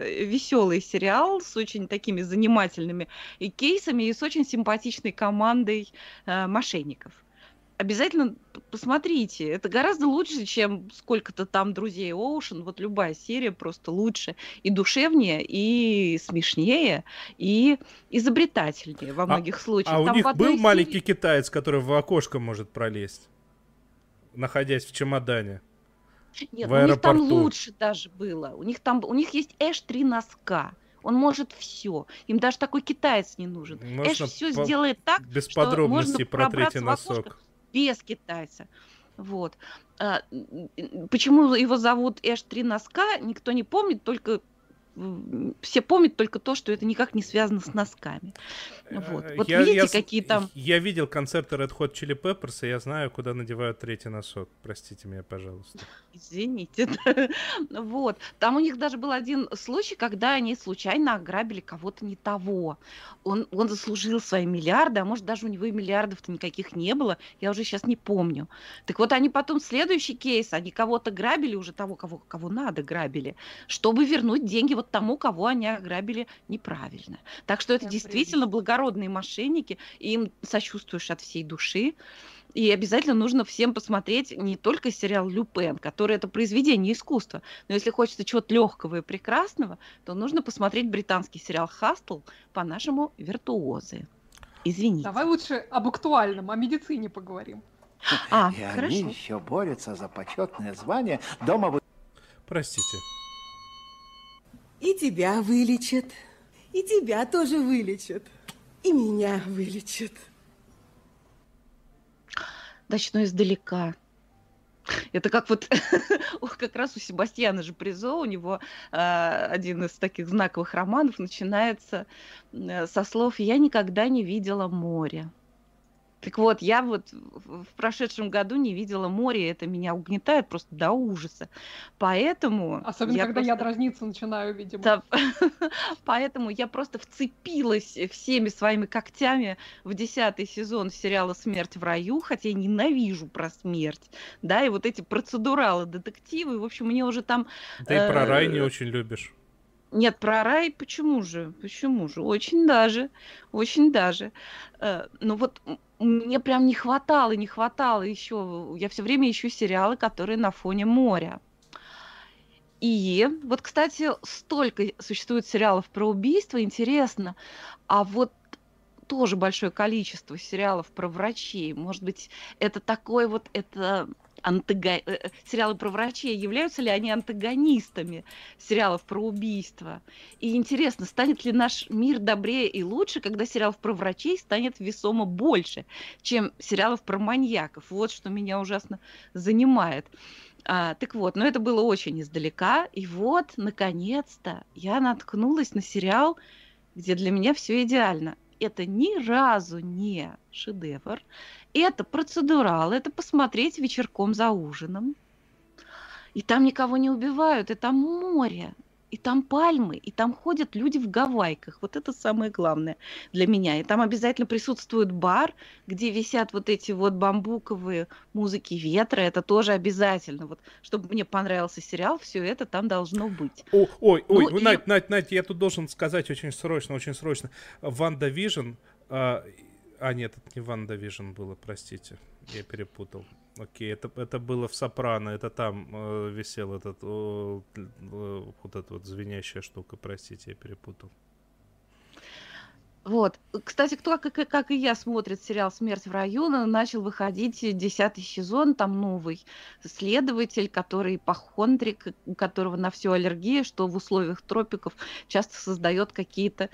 Speaker 3: сериал с очень такими занимательными и кейсами, и с очень симпатичной командой мошенников. Обязательно посмотрите. Это гораздо лучше, чем сколько-то там друзей Оушен. Вот любая серия просто лучше. И душевнее, и смешнее, и изобретательнее во многих случаях.
Speaker 2: А у
Speaker 3: Там
Speaker 2: них
Speaker 3: в одной
Speaker 2: был маленький
Speaker 3: серии-
Speaker 2: китаец, который в окошко может пролезть, находясь в чемодане?
Speaker 3: Нет,
Speaker 2: в
Speaker 3: у них там
Speaker 2: аэропорту?
Speaker 3: лучше даже было. У них есть Эш 3 носка. Он может все. Им даже такой китаец не нужен.
Speaker 2: Можно
Speaker 3: Эш все сделает так,
Speaker 2: без
Speaker 3: что
Speaker 2: подробностей
Speaker 3: можно
Speaker 2: про
Speaker 3: пробраться
Speaker 2: третий
Speaker 3: в окошко
Speaker 2: носок.
Speaker 3: без китайца. Вот. Почему его зовут Эш 3 носка, никто не помнит, только все помнят только то, что это никак не связано с носками. Вот, вот видите, какие там...
Speaker 2: Я видел концерты Red Hot Chili Peppers, и я знаю, куда надевают третий носок. Простите меня, пожалуйста.
Speaker 3: Извините. Вот. Там у них даже был один случай, когда они случайно ограбили кого-то не того. Он заслужил свои миллиарды, а может даже у него и миллиардов-то никаких не было, я уже сейчас не помню. Так вот они потом, следующий кейс, они кого-то грабили, уже того, кого надо грабили, чтобы вернуть деньги вот тому, кого они ограбили неправильно. Так что это
Speaker 4: Прям
Speaker 3: действительно благородные мошенники, и им сочувствуешь от всей души. И обязательно нужно всем посмотреть не только сериал «Люпен», который это произведение искусства, но если хочется чего-то легкого и прекрасного, то нужно посмотреть британский сериал «Хастл», по-нашему «Виртуозы». Извините.
Speaker 4: Давай лучше об актуальном, о медицине поговорим.
Speaker 6: И
Speaker 3: Хорошо.
Speaker 6: они еще борются за почетное звание дома.
Speaker 2: Простите.
Speaker 7: И тебя вылечат, и тебя тоже вылечат, и меня вылечат.
Speaker 3: Начну издалека. Это как вот как раз у Себастьяна же Призо, у него один из таких знаковых романов начинается со слов «Я никогда не видела моря». Так вот, я вот в прошедшем году не видела море, это меня угнетает просто до ужаса. Поэтому...
Speaker 4: Особенно, когда я
Speaker 3: просто-
Speaker 4: дразниться начинаю, видимо.
Speaker 3: Да, поэтому я просто вцепилась всеми своими когтями в 10-й сезон сериала «Смерть в раю», хотя я ненавижу про смерть, да, и вот эти процедуралы, детективы, в общем, мне уже там...
Speaker 2: Да и про рай не очень любишь.
Speaker 3: Нет, про рай почему же? Почему же? Очень даже, очень даже. Ну вот мне прям не хватало еще. Я все время ищу сериалы, которые на фоне моря. И вот, кстати, столько существует сериалов про убийства, интересно. А вот тоже большое количество сериалов про врачей. Может быть, это такой вот, это сериалы про врачей, являются ли они антагонистами сериалов про убийства? И интересно, станет ли наш мир добрее и лучше, когда сериалов про врачей станет весомо больше, чем сериалов про маньяков? Вот что меня ужасно занимает. Так вот, но это было очень издалека, и вот, наконец-то, я наткнулась на сериал, где для меня все идеально. Это ни разу не шедевр, это процедурал, это посмотреть вечерком за ужином. И там никого не убивают, и там море, и там пальмы, и там ходят люди в гавайках. Вот это самое главное для меня. И там обязательно присутствует бар, где висят вот эти вот бамбуковые музыки ветра. Это тоже обязательно. Вот, чтобы мне понравился сериал, все это там должно быть.
Speaker 2: Ой,
Speaker 3: Ну,
Speaker 2: Надь, я тут должен сказать очень срочно. Ванда Вижн... нет, это не Ванда Вижн было, простите. Я перепутал. Окей, это было в «Сопрано», это там висел этот вот эта вот звенящая штука, простите, я перепутал.
Speaker 3: Вот. Кстати, кто, как и я, смотрит сериал «Смерть в раю», начал выходить 10-й сезон, там новый следователь, который ипохондрик, у которого на все аллергия, что в условиях тропиков часто создает какие-то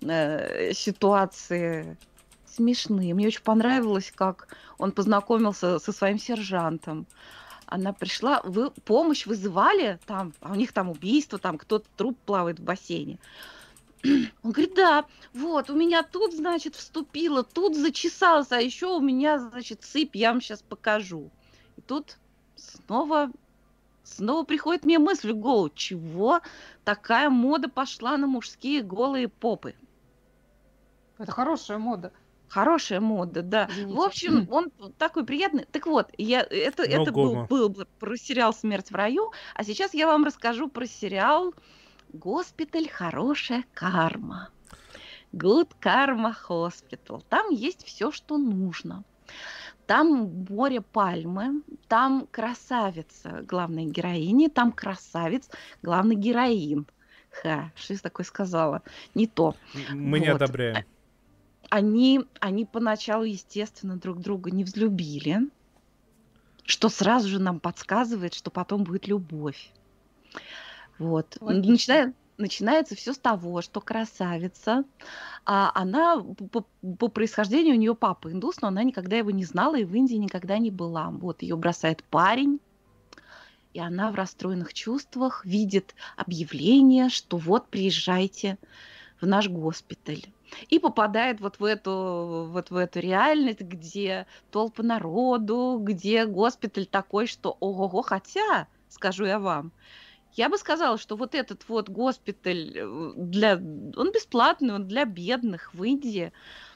Speaker 3: ситуации смешные. Мне очень понравилось, как он познакомился со своим сержантом. Она пришла, помощь вызывали, там, а у них там убийство, там кто-то труп плавает в бассейне. Он говорит, да, вот, у меня тут, значит, вступила, тут зачесалась, а еще у меня, значит, сыпь, я вам сейчас покажу. И тут снова приходит мне мысль в голову, чего такая мода пошла на мужские голые попы?
Speaker 4: Это хорошая мода.
Speaker 3: Хорошая мода, да.
Speaker 4: Извините.
Speaker 3: В общем, он такой приятный. Так вот, это был про сериал «Смерть в раю», а сейчас я вам расскажу про сериал «Госпиталь. Хорошая карма». Good Karma Hospital. Там есть все, что нужно. Там море пальмы, там красавица главной героини, там красавец главный героин. Что я такое сказала? Не то.
Speaker 2: Мы не одобряем.
Speaker 3: Они поначалу, естественно, друг друга не взлюбили, что сразу же нам подсказывает, что потом будет любовь. Вот. Начинается все с того, что красавица, она по происхождению у нее папа индус, но она никогда его не знала и в Индии никогда не была. Вот ее бросает парень, и она в расстроенных чувствах видит объявление, что вот приезжайте в наш госпиталь. И попадает вот в эту реальность, где толпы народу, где госпиталь такой, что ого-го, хотя, скажу я вам, я бы сказала, что вот этот вот госпиталь, он бесплатный, он для бедных в Индии.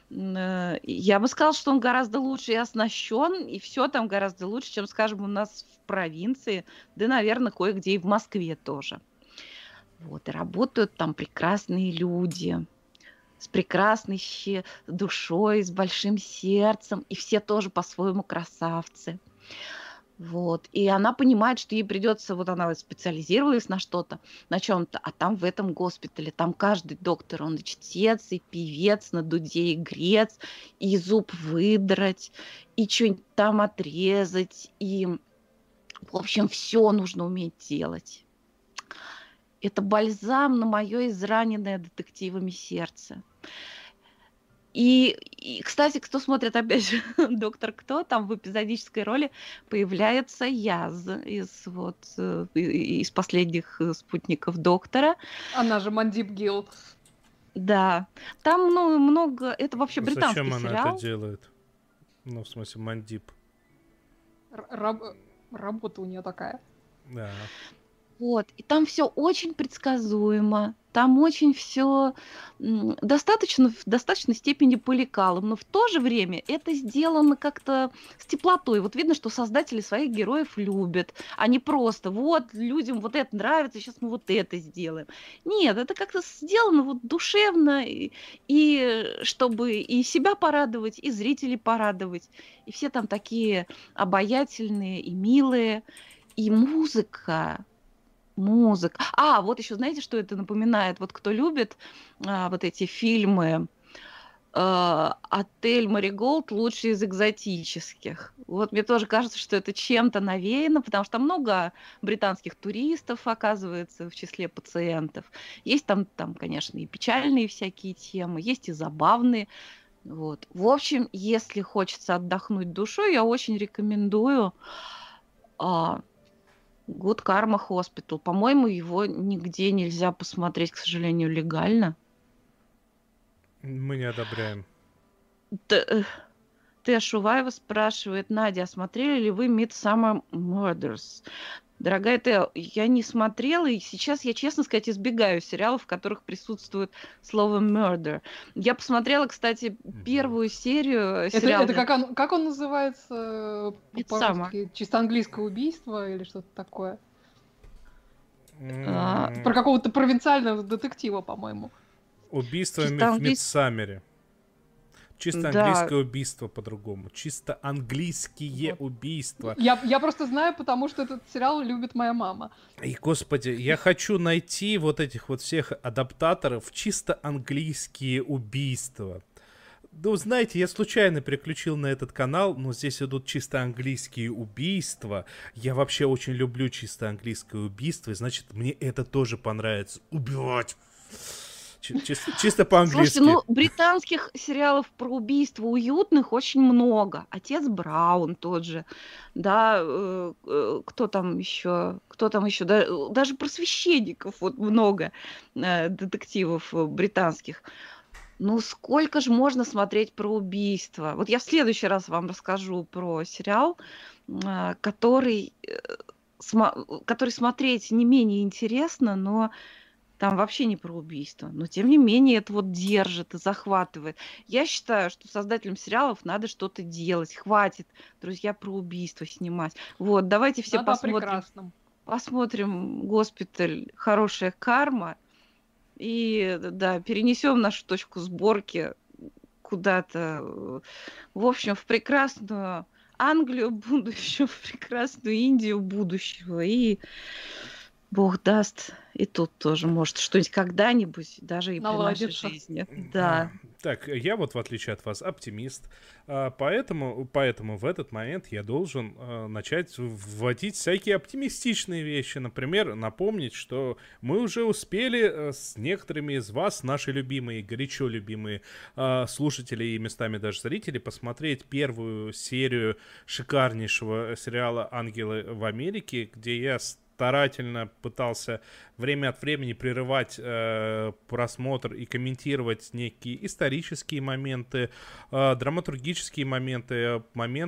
Speaker 3: Я бы сказала, что он гораздо лучше и оснащен, и все там гораздо лучше, чем, скажем, у нас в провинции, да, наверное, кое-где и в Москве тоже. Вот, и работают там прекрасные люди с прекрасной душой, с большим сердцем, и все тоже по-своему красавцы. Вот. И она понимает, что ей придется, вот она специализировалась на что-то, на чем-то, а там в этом госпитале, там каждый доктор, он и чтец, и певец, на дуде игрец, и зуб выдрать, и что-нибудь там отрезать, и, в общем, все нужно уметь делать. Это бальзам на мое израненное детективами сердце. И, кстати, кто смотрит, опять же, «Доктор Кто», там в эпизодической роли появляется Яз из последних спутников доктора.
Speaker 4: Она же Мандип Гилл.
Speaker 3: Да. Там много... Это вообще британский сериал.
Speaker 2: Зачем она это делает? Ну, в смысле, Мандип.
Speaker 4: Работа у нее такая.
Speaker 2: Да.
Speaker 3: Вот, и там все очень предсказуемо, там очень все в достаточной степени по лекалам, но в то же время это сделано как-то с теплотой. Вот видно, что создатели своих героев любят, а не просто вот людям вот это нравится, сейчас мы вот это сделаем. Нет, это как-то сделано вот душевно, и чтобы и себя порадовать, и зрителей порадовать. И все там такие обаятельные и милые, и музыка. Вот еще знаете, что это напоминает? Вот кто любит вот эти фильмы отель Мариголд лучший из экзотических. Вот мне тоже кажется, что это чем-то навеяно, потому что там много британских туристов, оказывается, в числе пациентов. Есть там, конечно, и печальные всякие темы, есть и забавные. Вот. В общем, если хочется отдохнуть душой, я очень рекомендую Good Karma Hospital. По-моему, его нигде нельзя посмотреть, к сожалению, легально.
Speaker 2: Мы не одобряем.
Speaker 3: Т. Шуваева спрашивает: Надя, а смотрели ли вы Midsummer Murders? Дорогая Т, я не смотрела, и сейчас я, честно сказать, избегаю сериалов, в которых присутствует слово murder. Я посмотрела, кстати, первую серию сериала.
Speaker 4: Это как он называется по-русски? Чисто английское убийство или что-то такое? Про какого-то провинциального детектива, по-моему.
Speaker 2: Убийство в Мидсаммере. Чисто английское убийство по-другому. Чисто английские убийства.
Speaker 4: Я просто знаю, потому что этот сериал любит моя мама.
Speaker 2: И, господи, я хочу найти вот этих вот всех адаптаторов чисто английские убийства. Ну, знаете, я случайно переключил на этот канал, но здесь идут чисто английские убийства. Я вообще очень люблю чисто английское убийство, и значит, мне это тоже понравится. Убивать! Чисто по-английски.
Speaker 3: Слушайте, британских сериалов про убийства уютных очень много. Отец Браун тот же, да, кто там еще, даже про священников вот много детективов британских. Ну, сколько же можно смотреть про убийства? Вот я в следующий раз вам расскажу про сериал, который смотреть не менее интересно, но там вообще не про убийство. Но, тем не менее, это вот держит и захватывает. Я считаю, что создателям сериалов надо что-то делать. Хватит, друзья, про убийство снимать. Вот, давайте все посмотрим «Госпиталь. Хорошая карма». И, да, перенесем нашу точку сборки куда-то, в общем, в прекрасную Англию будущего, в прекрасную Индию будущего. И Бог даст, и тут тоже может что-нибудь когда-нибудь, даже и
Speaker 4: наладится.
Speaker 3: При нашей жизни. Да.
Speaker 2: Так, я вот, в отличие от вас, оптимист, поэтому в этот момент я должен начать вводить всякие оптимистичные вещи. Например, напомнить, что мы уже успели с некоторыми из вас, наши любимые, горячо любимые слушатели и местами даже зрители, посмотреть первую серию шикарнейшего сериала «Ангелы в Америке», где я старательно пытался время от времени прерывать просмотр и комментировать некие исторические моменты, драматургические моменты,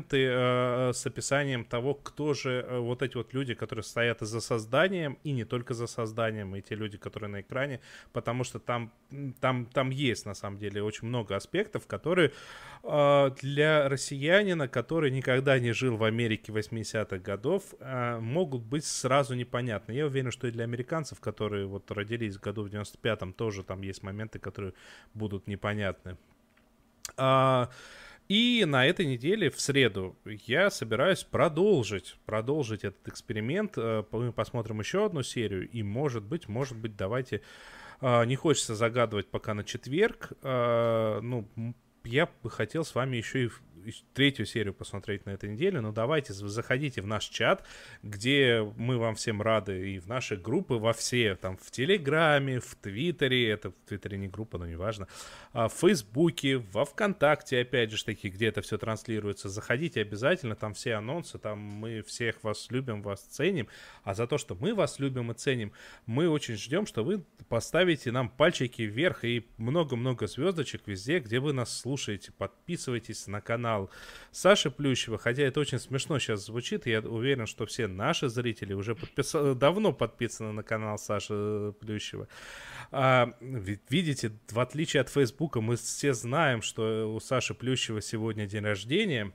Speaker 2: с описанием того, кто же вот эти вот люди, которые стоят за созданием, и не только за созданием, и те люди, которые на экране, потому что там есть, на самом деле, очень много аспектов, которые для россиянина, который никогда не жил в Америке 80-х годов, могут быть сразу непонятны. Я уверен, что и для американцев, которые вот родились в году в 95-м, тоже там есть моменты, которые будут непонятны. И на этой неделе, в среду, я собираюсь продолжить этот эксперимент. Мы посмотрим еще одну серию, и может быть, давайте, не хочется загадывать пока на четверг, я бы хотел с вами еще и третью серию посмотреть на этой неделе, но давайте заходите в наш чат, где мы вам всем рады, и в наши группы, во все, там, в Телеграме, в Твиттере, это в Твиттере не группа, но неважно, в Фейсбуке, во Вконтакте, опять же таки, где это все транслируется, заходите обязательно, там все анонсы, там мы всех вас любим, вас ценим, а за то, что мы вас любим и ценим, мы очень ждем, что вы поставите нам пальчики вверх и много-много звездочек везде, где вы нас слушаете, подписывайтесь на канал Саши Плющева, хотя это очень смешно сейчас звучит, я уверен, что все наши зрители уже давно подписаны на канал Саши Плющева. Видите, в отличие от Фейсбука, мы все знаем, что у Саши Плющева сегодня день рождения.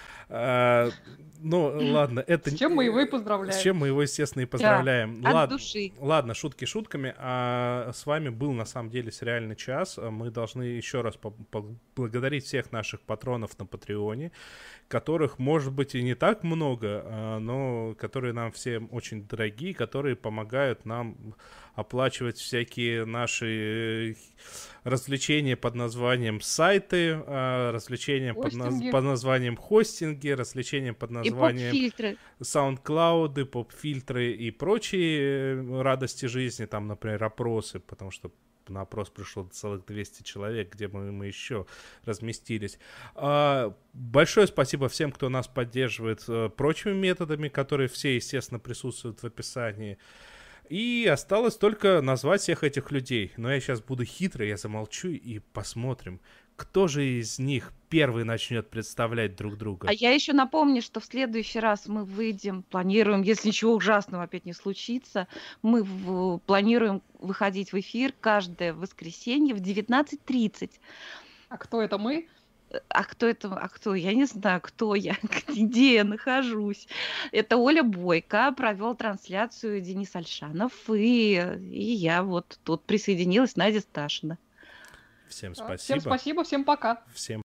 Speaker 2: Ну, ладно, это...
Speaker 4: С чем мы его и поздравляем.
Speaker 2: С чем мы его, естественно, и поздравляем.
Speaker 3: Да, от души.
Speaker 2: Ладно, шутки шутками. С вами был, на самом деле, сериальный час. Мы должны еще раз поблагодарить всех наших патронов на Патреоне, которых, может быть, и не так много, но которые нам всем очень дорогие, которые помогают нам оплачивать всякие наши развлечения под названием сайты, развлечения под названием хостинги, развлечения под названием
Speaker 3: поп-фильтры.
Speaker 2: SoundCloud, поп-фильтры и прочие радости жизни, там, например, опросы, потому что на опрос пришло целых 200 человек, где мы еще разместились. Большое спасибо всем, кто нас поддерживает прочими методами, которые все, естественно, присутствуют в описании. И осталось только назвать всех этих людей. Но я сейчас буду хитрый, я замолчу и посмотрим, кто же из них первый начнет представлять друг друга.
Speaker 3: А я еще напомню, что в следующий раз мы выйдем, планируем, если ничего ужасного опять не случится, мы планируем выходить в эфир каждое воскресенье в 19:30.
Speaker 4: А кто это мы?
Speaker 3: А кто это? А кто? Я не знаю, кто я, где я нахожусь. Это Оля Бойко провел трансляцию, Денис Альшанов, и я вот тут присоединилась, Надя Сташина.
Speaker 2: Всем спасибо.
Speaker 4: Всем спасибо, всем пока.
Speaker 2: Всем